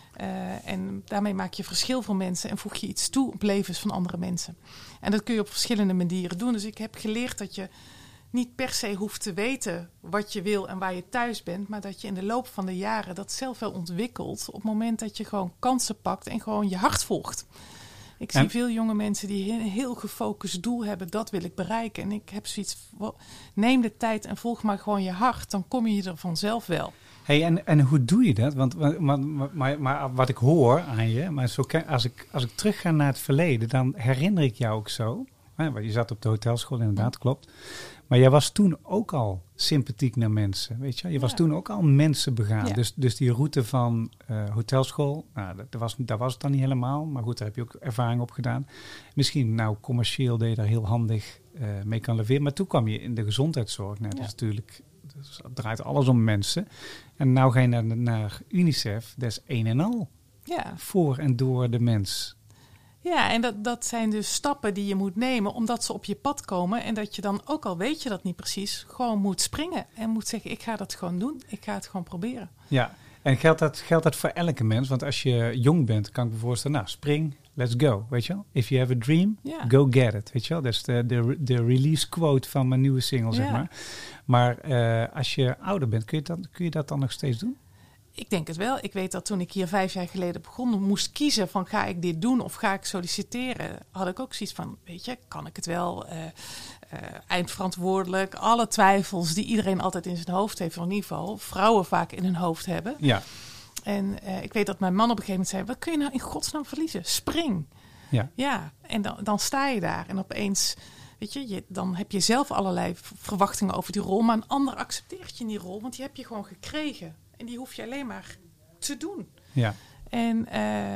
En daarmee maak je verschil voor mensen en voeg je iets toe op levens van andere mensen. En dat kun je op verschillende manieren doen. Dus ik heb geleerd dat je niet per se hoeft te weten wat je wil en waar je thuis bent, maar dat je in de loop van de jaren dat zelf wel ontwikkelt op het moment dat je gewoon kansen pakt en gewoon je hart volgt. Ik zie veel jonge mensen die een heel gefocust doel hebben, dat wil ik bereiken. En ik heb zoiets, neem de tijd en volg maar gewoon je hart, dan kom je er vanzelf wel. Hey, en hoe doe je dat? Want maar wat ik hoor aan je, maar zo, als ik terug ga naar het verleden, dan herinner ik jou ook zo. Je zat op de hotelschool, inderdaad, klopt. Maar jij was toen ook al sympathiek naar mensen, weet je? Je was toen ook al mensen begaan. Ja. Dus die route van hotelschool, dat was het dan niet helemaal. Maar goed, daar heb je ook ervaring op gedaan. Misschien commercieel deed je daar heel handig mee kan leveren. Maar toen kwam je in de gezondheidszorg. Dat is natuurlijk... Dus het draait alles om mensen. En nou ga je naar UNICEF. Dat is een en al. Ja. Voor en door de mens. Ja, en dat zijn dus stappen die je moet nemen omdat ze op je pad komen. En dat je dan, ook al weet je dat niet precies, gewoon moet springen. En moet zeggen, ik ga dat gewoon doen. Ik ga het gewoon proberen. Ja. En geldt dat voor elke mens? Want als je jong bent, kan ik me voorstellen, spring, let's go, weet je wel? If you have a dream, go get it, weet je wel? Dat is de release quote van mijn nieuwe single, zeg maar. Maar als je ouder bent, kun je dat dan nog steeds doen? Ik denk het wel. Ik weet dat toen ik hier 5 jaar geleden begon, moest kiezen van ga ik dit doen of ga ik solliciteren, had ik ook zoiets van, weet je, kan ik het wel? Eindverantwoordelijk, alle twijfels die iedereen altijd in zijn hoofd heeft, of in ieder geval vrouwen vaak in hun hoofd hebben. Ja. En ik weet dat mijn man op een gegeven moment zei, wat kun je nou in godsnaam verliezen? Spring. Ja. En dan sta je daar en opeens, weet je, dan heb je zelf allerlei verwachtingen over die rol, maar een ander accepteert je in die rol, want die heb je gewoon gekregen. En die hoef je alleen maar te doen. Ja. En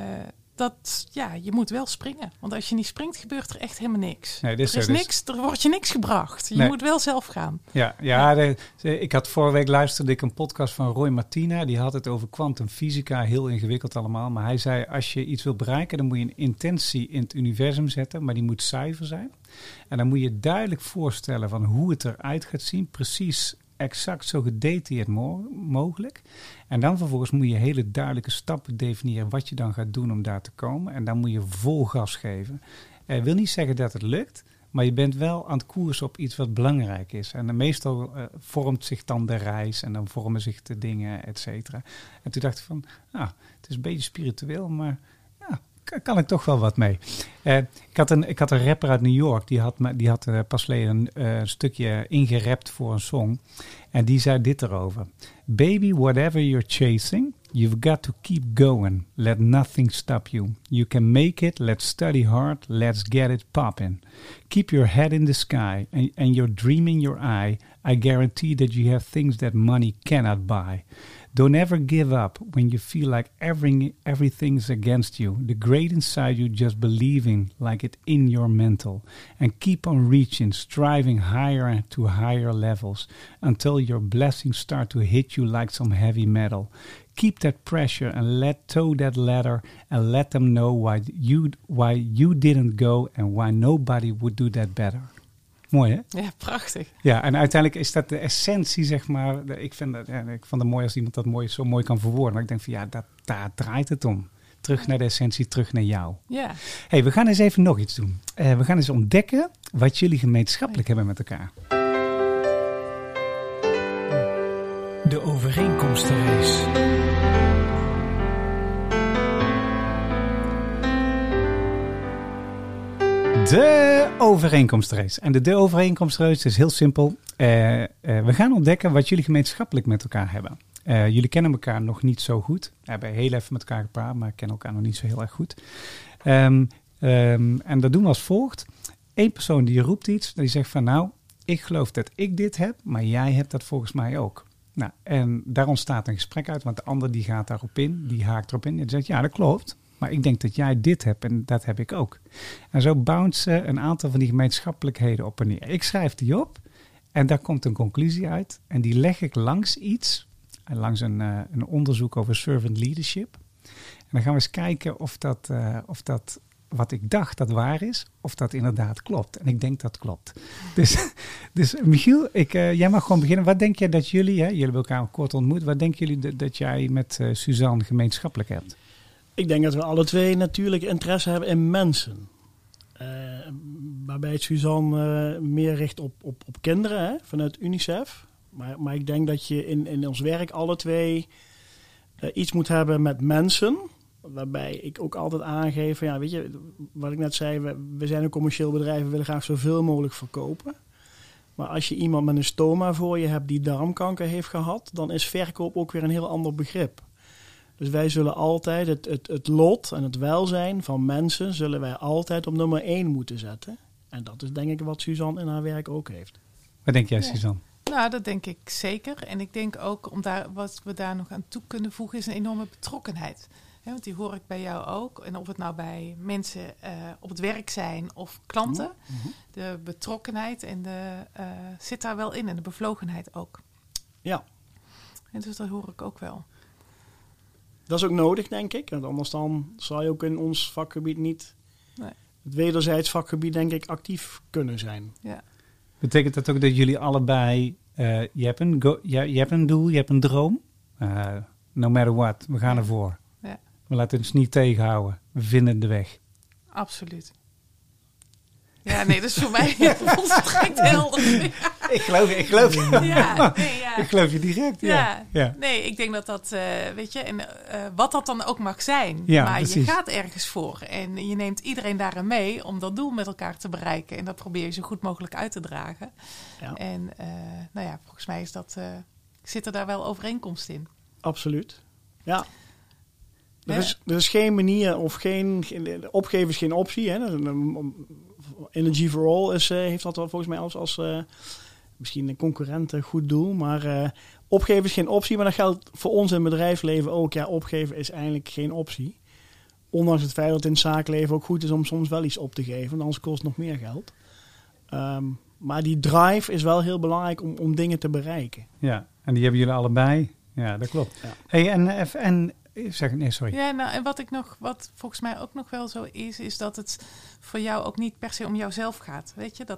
je moet wel springen. Want als je niet springt, gebeurt er echt helemaal niks. Nee, Er wordt je niks gebracht. Je moet wel zelf gaan. Ik had vorige week luisterde ik een podcast van Roy Martina. Die had het over kwantumfysica. Heel ingewikkeld allemaal. Maar hij zei, als je iets wilt bereiken, dan moet je een intentie in het universum zetten. Maar die moet zuiver zijn. En dan moet je duidelijk voorstellen van hoe het eruit gaat zien. Precies exact zo gedetailleerd mogelijk. En dan vervolgens moet je hele duidelijke stappen definiëren wat je dan gaat doen om daar te komen. En dan moet je vol gas geven. Wil niet zeggen dat het lukt, maar je bent wel aan het koersen op iets wat belangrijk is. En meestal vormt zich dan de reis en dan vormen zich de dingen, et cetera. En toen dacht ik van, het is een beetje spiritueel, maar kan ik toch wel wat mee. Ik had een rapper uit New York, die had pas geleden een stukje ingerapt voor een song. En die zei dit erover. Baby, whatever you're chasing, you've got to keep going. Let nothing stop you. You can make it, let's study hard, let's get it poppin'. Keep your head in the sky and your dream in your eye. I guarantee that you have things that money cannot buy. Don't ever give up when you feel like everything's against you. The great inside you just believing like it in your mental. And keep on reaching, striving higher to higher levels until your blessings start to hit you like some heavy metal. Keep that pressure and toe that ladder and let them know why you didn't go and why nobody would do that better. Mooi, hè? Ja, prachtig. Ja, en uiteindelijk is dat de essentie, zeg maar. Ik vond het mooi als iemand dat zo mooi kan verwoorden. Maar ik denk van ja, daar draait het om. Terug naar de essentie, terug naar jou. Ja. Hey, we gaan eens even nog iets doen. We gaan eens ontdekken wat jullie gemeenschappelijk hebben met elkaar. De overeenkomstenrace. De overeenkomstrace. En de overeenkomstrace is heel simpel. We gaan ontdekken wat jullie gemeenschappelijk met elkaar hebben. Jullie kennen elkaar nog niet zo goed. We hebben heel even met elkaar gepraat, maar kennen elkaar nog niet zo heel erg goed. En dat doen we als volgt. Eén persoon die roept iets, die zegt van nou, ik geloof dat ik dit heb, maar jij hebt dat volgens mij ook. Nou, en daar ontstaat een gesprek uit, want de ander die gaat daarop in, die haakt erop in. En die zegt ja, dat klopt. Maar ik denk dat jij dit hebt en dat heb ik ook. En zo bouncen een aantal van die gemeenschappelijkheden op en neer. Ik schrijf die op en daar komt een conclusie uit. En die leg ik langs iets, langs een onderzoek over servant leadership. En dan gaan we eens kijken of dat wat ik dacht dat waar is, of dat inderdaad klopt. En ik denk dat klopt. Dus Michiel, jij mag gewoon beginnen. Wat denk jij dat jullie hebben elkaar kort ontmoet. Wat denken jullie dat jij met Suzanne gemeenschappelijk hebt? Ik denk dat we alle twee natuurlijk interesse hebben in mensen. Waarbij het Suzanne meer richt op kinderen vanuit UNICEF. Maar ik denk dat je in ons werk alle twee iets moet hebben met mensen. Waarbij ik ook altijd aangeef, ja, weet je, wat ik net zei, we zijn een commercieel bedrijf, we willen graag zoveel mogelijk verkopen. Maar als je iemand met een stoma voor je hebt die darmkanker heeft gehad, dan is verkoop ook weer een heel ander begrip. Dus wij zullen altijd het lot en het welzijn van mensen zullen wij altijd op nummer 1 moeten zetten. En dat is denk ik wat Suzanne in haar werk ook heeft. Wat denk jij, Suzanne? Nou, dat denk ik zeker. En ik denk ook, wat we daar nog aan toe kunnen voegen, is een enorme betrokkenheid. Ja, want die hoor ik bij jou ook. En of het nou bij mensen op het werk zijn of klanten. Mm-hmm. De betrokkenheid zit daar wel in. En de bevlogenheid ook. Ja. En dus dat hoor ik ook wel. Dat is ook nodig, denk ik. Want anders dan zou je ook in ons vakgebied niet... Nee. Het wederzijds vakgebied, denk ik, actief kunnen zijn. Ja. Betekent dat ook dat jullie allebei... je hebt een doel, je hebt een droom. No matter what, we gaan ervoor. Ja. We laten ons niet tegenhouden. We vinden de weg. Absoluut. Ja, nee, dat is voor mij volstrekt helder. Ik geloof je. Ja, nee, ja. Ik geloof je direct. Ja. Nee, ik denk dat weet je, en wat dat dan ook mag zijn. Ja, maar precies. Je gaat ergens voor en je neemt iedereen daarin mee om dat doel met elkaar te bereiken. En dat probeer je zo goed mogelijk uit te dragen. Ja. En volgens mij zit er daar wel overeenkomst in. Absoluut. Ja. Er is geen manier of opgeven is geen optie. Hè. Energy for All heeft dat volgens mij als misschien een concurrent een goed doel. Maar opgeven is geen optie. Maar dat geldt voor ons in het bedrijfsleven ook. Ja, opgeven is eigenlijk geen optie. Ondanks het feit dat het in het zakenleven ook goed is om soms wel iets op te geven. Want anders kost het nog meer geld. Maar die drive is wel heel belangrijk om dingen te bereiken. Ja, en die hebben jullie allebei. Ja, dat klopt. Ja. Hey, nee, sorry. Ja, nou, en wat volgens mij ook nog wel zo is dat het voor jou ook niet per se om jouzelf gaat. Weet je,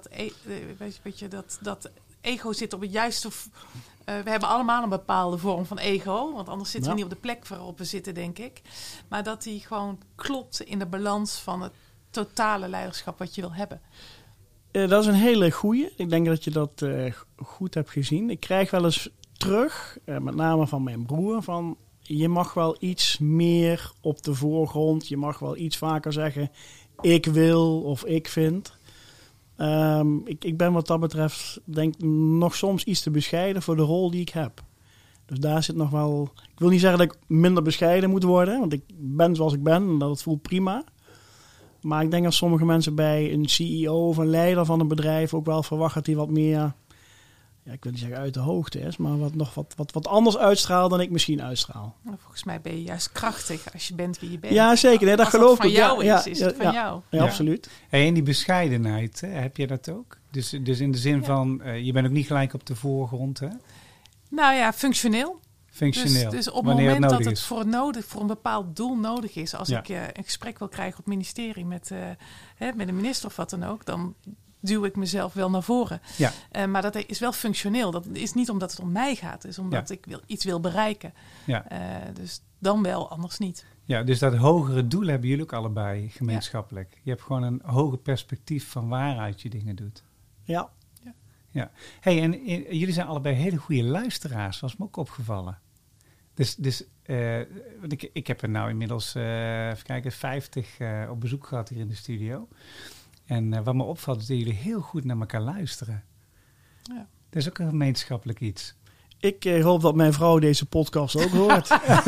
dat ego zit op het juiste... we hebben allemaal een bepaalde vorm van ego, want anders zitten we niet op de plek waarop we zitten, denk ik. Maar dat die gewoon klopt in de balans van het totale leiderschap wat je wil hebben. Dat is een hele goeie. Ik denk dat je dat goed hebt gezien. Ik krijg wel eens terug, met name van mijn broer, van... je mag wel iets meer op de voorgrond. Je mag wel iets vaker zeggen, ik wil of ik vind. Ik ben wat dat betreft, denk nog soms iets te bescheiden voor de rol die ik heb. Dus daar zit nog wel... Ik wil niet zeggen dat ik minder bescheiden moet worden, want ik ben zoals ik ben en dat voelt prima. Maar ik denk dat sommige mensen bij een CEO of een leider van een bedrijf ook wel verwachten dat hij wat meer... Ja, ik wil niet zeggen uit de hoogte is, maar wat anders uitstraalt dan ik misschien uitstraal. Volgens mij ben je juist krachtig als je bent wie je bent. Ja, zeker. Nee, dat als geloof het ik. van jou Ja, is het van jou. Ja, absoluut. Hey, en die bescheidenheid, hè, heb je dat ook? Dus in de zin van, je bent ook niet gelijk op de voorgrond, hè? Nou ja, functioneel. Functioneel. Dus op het wanneer moment het dat nodig het is. voor een bepaald doel nodig is, als Ja. ik een gesprek wil krijgen op het ministerie met een minister of wat dan ook, dan duw ik mezelf wel naar voren. Ja. Maar dat is wel functioneel. Dat is niet omdat het om mij gaat, het is omdat ik iets wil bereiken. Ja. Dus dan wel, anders niet. Ja, dus dat hogere doel hebben jullie ook allebei gemeenschappelijk. Je hebt gewoon een hoger perspectief van waaruit je dingen doet. Ja. Ja. Hey, en jullie zijn allebei hele goede luisteraars, was me ook opgevallen. Dus want ik heb er nou inmiddels, even kijken, 50 op bezoek gehad hier in de studio. En wat me opvalt is dat jullie heel goed naar elkaar luisteren. Ja. Dat is ook een gemeenschappelijk iets. Ik hoop dat mijn vrouw deze podcast ook hoort.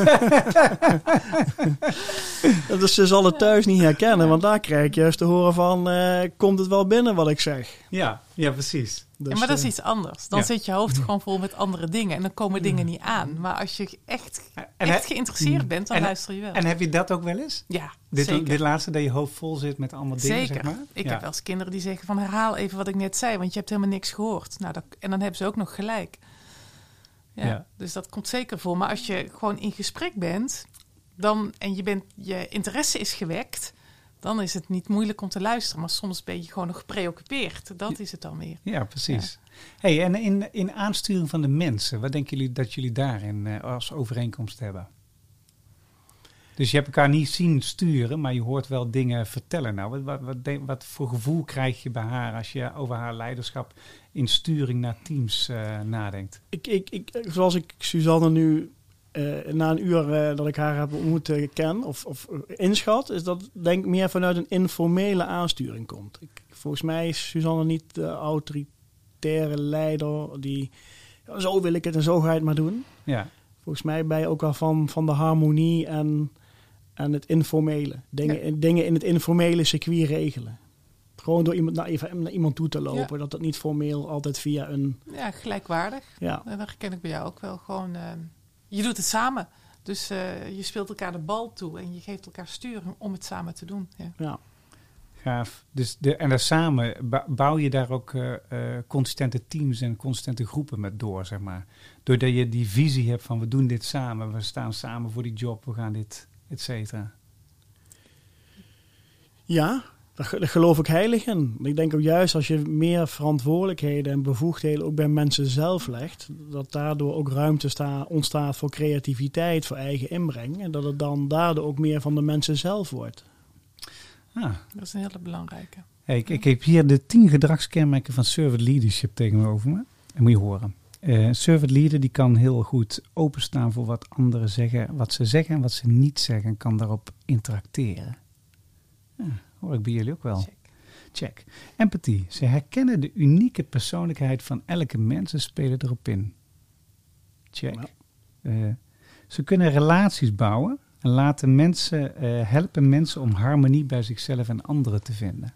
Dus ze zal het thuis niet herkennen, want daar krijg ik juist te horen van... komt het wel binnen wat ik zeg? Ja, precies. Dus, Maar dat is iets anders. Dan ja. zit je hoofd gewoon vol met andere dingen en dan komen dingen niet aan. Maar als je echt geïnteresseerd bent, dan luister je wel. En heb je dat ook wel eens? Ja, zeker. Dit laatste, dat je hoofd vol zit met allemaal dingen, Zeker. zeg maar? Ik heb wel eens kinderen die zeggen van herhaal even wat ik net zei, want je hebt helemaal niks gehoord. Nou, en dan hebben ze ook nog gelijk. Ja. Dus dat komt zeker voor. Maar als je gewoon in gesprek bent en je interesse is gewekt, dan is het niet moeilijk om te luisteren. Maar soms ben je gewoon nog gepreoccupeerd. Dat is het dan weer. Ja, precies. Ja. Hey, en in aansturing van de mensen, wat denken jullie dat jullie daarin als overeenkomst hebben? Dus je hebt elkaar niet zien sturen, maar je hoort wel dingen vertellen. Nou, wat voor gevoel krijg je bij haar als je over haar leiderschap in sturing naar teams nadenkt? Zoals ik Suzanne nu na een uur dat ik haar heb ontmoet ken of inschat, is dat denk ik meer vanuit een informele aansturing komt. Volgens mij is Suzanne niet de autoritaire leider die zo wil ik het en zo ga je het maar doen. Ja. Volgens mij ben je ook wel van de harmonie en het informele. Dingen in het informele circuit regelen. Gewoon door iemand naar iemand toe te lopen. Ja. Dat niet formeel altijd via een... Ja, gelijkwaardig. Ja. Dat herken ik bij jou ook wel. Gewoon, je doet het samen. Dus je speelt elkaar de bal toe. En je geeft elkaar sturing om het samen te doen. Ja. Gaaf. Dus en daar samen bouw je daar ook consistente teams en consistente groepen met door, zeg maar. Doordat je die visie hebt van we doen dit samen. We staan samen voor die job. We gaan dit... et cetera. Ja, daar geloof ik heilig in. Ik denk ook juist als je meer verantwoordelijkheden en bevoegdheden ook bij mensen zelf legt, dat daardoor ook ruimte ontstaat voor creativiteit, voor eigen inbreng. En dat het dan daardoor ook meer van de mensen zelf wordt. Ah. Dat is een hele belangrijke. Hey, ik heb hier de 10 gedragskenmerken van servant leadership tegenover me. En moet je horen. Servant leader die kan heel goed openstaan voor wat anderen zeggen, wat ze zeggen en wat ze niet zeggen, en kan daarop interacteren. Ja, hoor ik bij jullie ook wel. Check. Empathie. Ze herkennen de unieke persoonlijkheid van elke mens en spelen erop in. Check. Ja. Ze kunnen relaties bouwen en helpen mensen om harmonie bij zichzelf en anderen te vinden.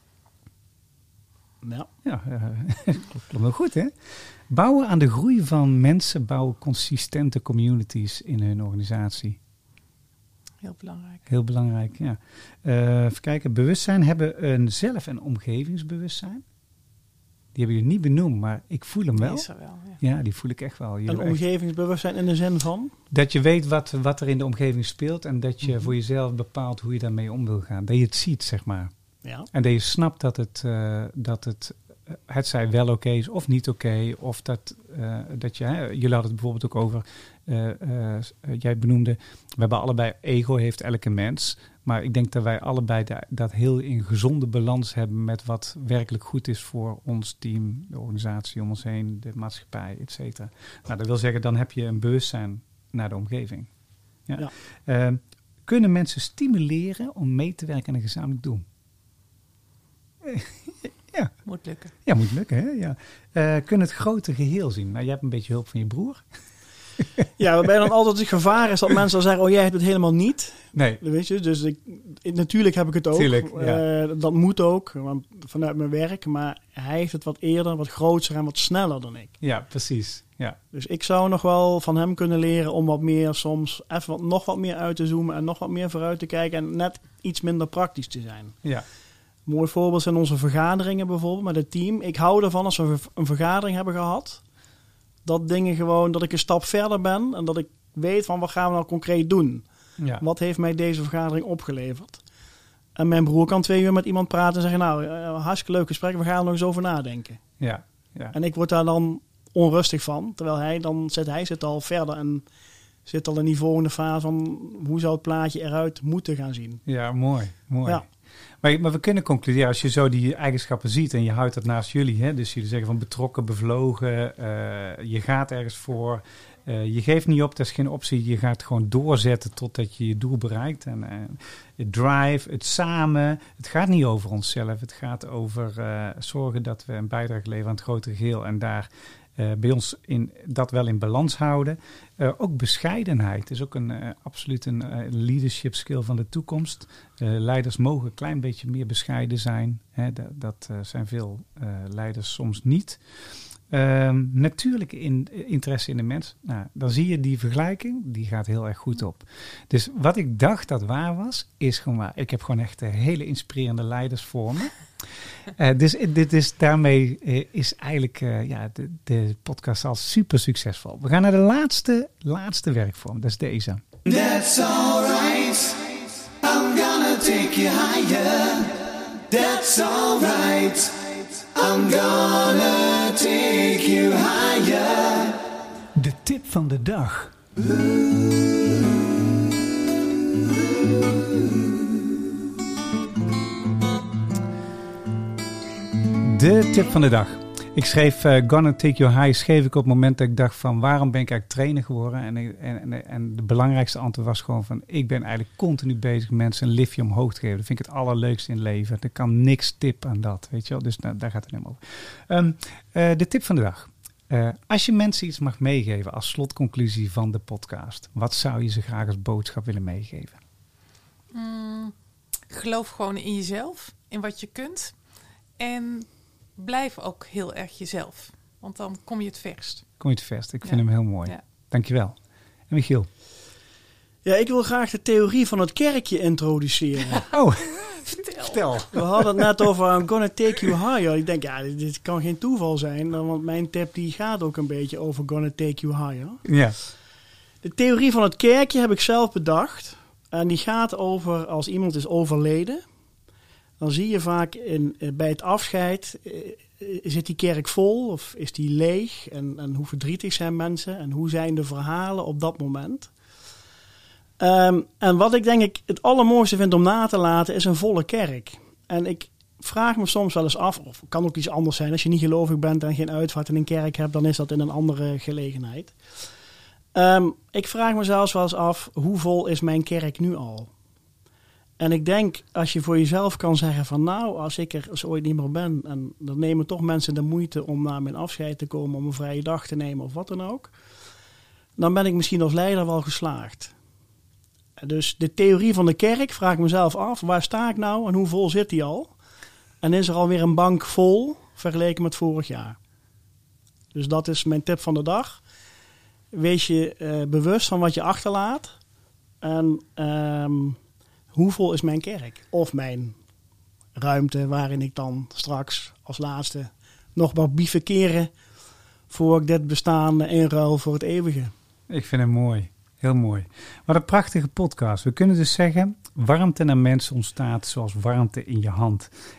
Ja, klopt wel goed, hè? Bouwen aan de groei van mensen, bouwen consistente communities in hun organisatie. Heel belangrijk. Heel belangrijk, ja. Even kijken, bewustzijn hebben een zelf- en omgevingsbewustzijn. Die hebben jullie niet benoemd, maar ik voel hem wel. Die is er wel, ja, die voel ik echt wel. Een omgevingsbewustzijn in de zin van? Dat je weet wat er in de omgeving speelt en dat je voor jezelf bepaalt hoe je daarmee om wil gaan. Dat je het ziet, zeg maar. Ja. En dat je snapt dat het zij wel oké is of niet oké. Of dat je... jullie hadden het bijvoorbeeld ook over... jij benoemde... We hebben allebei... Ego heeft elke mens. Maar ik denk dat wij allebei dat heel in gezonde balans hebben... met wat werkelijk goed is voor ons team, de organisatie om ons heen, de maatschappij, et cetera. Nou, dat wil zeggen, dan heb je een bewustzijn naar de omgeving. Ja. Ja. Kunnen mensen stimuleren om mee te werken aan een gezamenlijk doel? Ja. Moet lukken. Ja, moet lukken. Hè? Ja. Kunnen het grote geheel zien. Nou, jij hebt een beetje hulp van je broer. Ja, waarbij dan altijd het gevaar is dat mensen dan zeggen, oh, jij hebt het helemaal niet. Nee. Weet je, dus natuurlijk heb ik het ook. Tuurlijk, ja. Dat moet ook, want vanuit mijn werk. Maar hij heeft het wat eerder, wat groter en wat sneller dan ik. Ja, precies. Ja. Dus ik zou nog wel van hem kunnen leren om wat meer soms even nog wat meer uit te zoomen en nog wat meer vooruit te kijken en net iets minder praktisch te zijn. Ja. Een mooi voorbeeld zijn onze vergaderingen bijvoorbeeld met het team. Ik hou ervan als we een vergadering hebben gehad, dat ik een stap verder ben en dat ik weet van wat gaan we nou concreet doen. Ja. Wat heeft mij deze vergadering opgeleverd? En mijn broer kan 2 uur met iemand praten en zeggen, nou, hartstikke leuk gesprek, we gaan er nog eens over nadenken. Ja. Ja. En ik word daar dan onrustig van, terwijl hij zit al verder en zit al in die volgende fase van hoe zou het plaatje eruit moeten gaan zien. Ja, mooi. Ja. Maar we kunnen concluderen, als je zo die eigenschappen ziet en je houdt dat naast jullie, hè, dus jullie zeggen van betrokken, bevlogen, je gaat ergens voor, je geeft niet op, dat is geen optie, je gaat gewoon doorzetten totdat je je doel bereikt. En het drive, het samen, het gaat niet over onszelf, het gaat over zorgen dat we een bijdrage leveren aan het grotere geheel en daar bij ons dat wel in balans houden. Ook bescheidenheid is ook absoluut een leadership skill van de toekomst. Leiders mogen een klein beetje meer bescheiden zijn. Hè, dat zijn veel leiders soms niet. Natuurlijk interesse in de mens. Nou, dan zie je die vergelijking, die gaat heel erg goed op. Dus wat ik dacht dat waar was, is gewoon waar. Ik heb gewoon echt hele inspirerende leiders voor me. Dus daarmee is eigenlijk de podcast al super succesvol. We gaan naar de laatste werkvorm. Dat is deze. That's alright. I'm gonna take you higher. That's alright. I'm gonna take you higher. De tip van de dag. De tip van de dag. Ik schreef Gonna Take You High schreef ik op het moment dat ik dacht van waarom ben ik eigenlijk trainer geworden? En de belangrijkste antwoord was gewoon van ik ben eigenlijk continu bezig mensen een liftje omhoog te geven. Dat vind ik het allerleukste in het leven. Er kan niks tip aan dat, weet je wel. Dus daar gaat het helemaal over. De tip van de dag. Als je mensen iets mag meegeven als slotconclusie van de podcast, wat zou je ze graag als boodschap willen meegeven? Geloof gewoon in jezelf, in wat je kunt. En blijf ook heel erg jezelf. Want dan kom je het verst. Kom je het verst. Ik vind hem heel mooi. Ja. Dankjewel. En Michiel? Ja, ik wil graag de theorie van het kerkje introduceren. Oh, Vertel. We hadden het net over I'm gonna take you higher. Ik denk, ja, dit kan geen toeval zijn. Want mijn tip die gaat ook een beetje over gonna take you higher. ja. De theorie van het kerkje heb ik zelf bedacht. En die gaat over als iemand is overleden. Dan zie je vaak bij het afscheid, zit die kerk vol of is die leeg? En hoe verdrietig zijn mensen? En hoe zijn de verhalen op dat moment? En wat ik denk ik het allermooiste vind om na te laten is een volle kerk. En ik vraag me soms wel eens af, of het kan ook iets anders zijn. Als je niet gelovig bent en geen uitvaart in een kerk hebt, dan is dat in een andere gelegenheid. Ik vraag me zelfs wel eens af, hoe vol is mijn kerk nu al? En ik denk, als je voor jezelf kan zeggen van nou, als ik er ooit niet meer ben, en dan nemen toch mensen de moeite om naar mijn afscheid te komen, om een vrije dag te nemen of wat dan ook, dan ben ik misschien als leider wel geslaagd. Dus de theorie van de kerk, vraag ik mezelf af, waar sta ik nou en hoe vol zit die al? En is er alweer een bank vol vergeleken met vorig jaar? Dus dat is mijn tip van de dag. Wees je bewust van wat je achterlaat. En hoe vol is mijn kerk? Of mijn ruimte waarin ik dan straks als laatste nog mag bivakeren voor ik dit bestaan inruil voor het eeuwige. Ik vind het mooi. Heel mooi. Wat een prachtige podcast. We kunnen dus zeggen, warmte naar mensen ontstaat zoals warmte in je hand.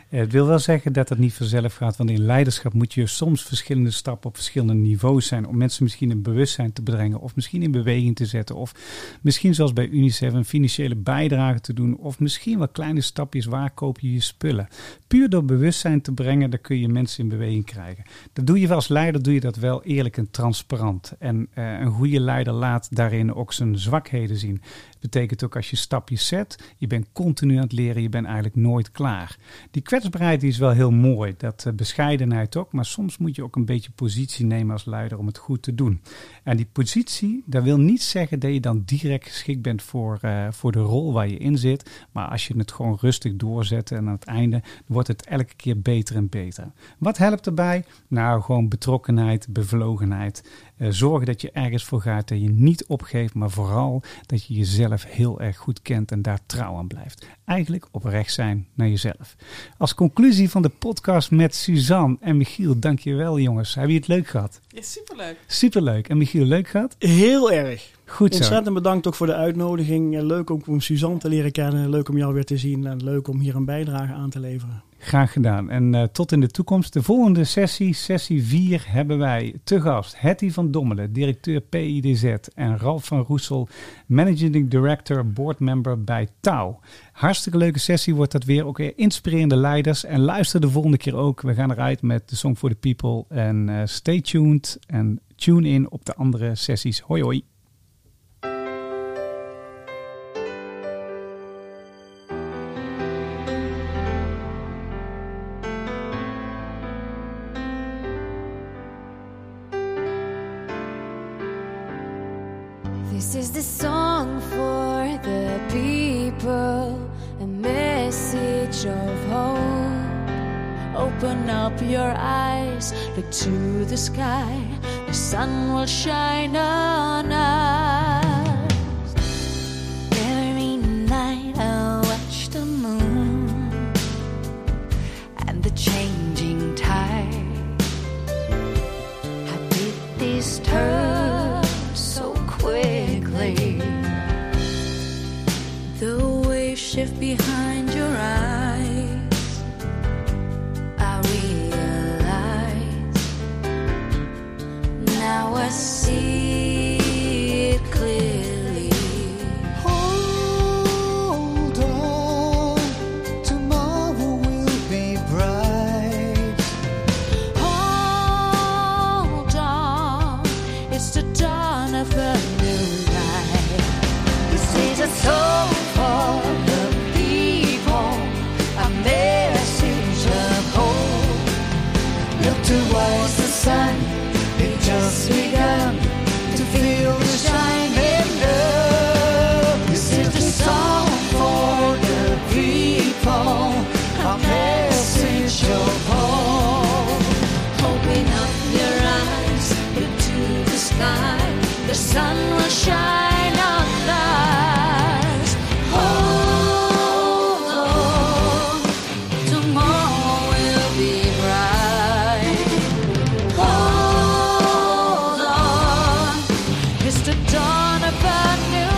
Het wil wel zeggen dat het niet vanzelf gaat, want in leiderschap moet je soms verschillende stappen op verschillende niveaus zijn om mensen misschien in bewustzijn te brengen of misschien in beweging te zetten of misschien zoals bij UNICEF een financiële bijdrage te doen of misschien wel kleine stapjes, waar koop je je spullen. Puur door bewustzijn te brengen, dan kun je mensen in beweging krijgen. Dat doe je wel als leider, doe je dat wel eerlijk en transparant. En een goede leider laat daarin ook zijn zwakheden zien. Dat betekent ook als je stapjes zet, je bent continu aan het leren, je bent eigenlijk nooit klaar. Die kwetsbaarheid die is wel heel mooi, dat bescheidenheid ook, maar soms moet je ook een beetje positie nemen als leider om het goed te doen. En die positie, dat wil niet zeggen dat je dan direct geschikt bent voor de rol waar je in zit, maar als je het gewoon rustig doorzet en aan het einde wordt het elke keer beter en beter. Wat helpt erbij? Nou, gewoon betrokkenheid, bevlogenheid. Zorgen dat je ergens voor gaat, dat je niet opgeeft, maar vooral dat je jezelf heel erg goed kent en daar trouw aan blijft. Eigenlijk oprecht zijn naar jezelf. Als conclusie van de podcast met Suzanne en Michiel, dankjewel jongens. Hebben jullie het leuk gehad? Ja, superleuk. Superleuk. En Michiel, leuk gehad? Heel erg. Goed zo. Ontzettend bedankt ook voor de uitnodiging. Leuk om Suzanne te leren kennen. Leuk om jou weer te zien. En leuk om hier een bijdrage aan te leveren. Graag gedaan. En tot in de toekomst. De volgende sessie 4, hebben wij te gast Hetty van Dommelen, directeur PIDZ. En Ralf van Roessel, managing director, boardmember bij Touw. Hartstikke leuke sessie wordt dat weer. Ook weer inspirerende leiders. En luister de volgende keer ook. We gaan eruit met de Song for the People. En stay tuned en tune in op de andere sessies. Hoi hoi. This is the song for the people, a message of hope. Open up your eyes, look to the sky, the sun will shine on us. Every night I watch the moon and the changing tide. How did this turn so quickly? The waves shift behind your eyes. I realize now I see it clearly. Hold on, tomorrow will be bright. Hold on, it's the dawn of a new life. This is a song for the people, a message of hope. Look towards the sun, it just begun to feel the shining love. This is the song for the people, a message of hope. open up your eyes, look to the sky, the sun will shine on us. Hold on, tomorrow will be bright. Hold on, it's the dawn of a new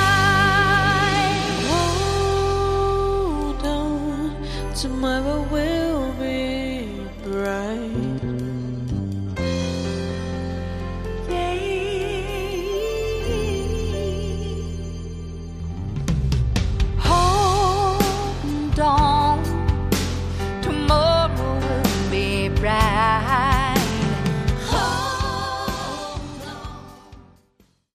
life. Hold on, tomorrow will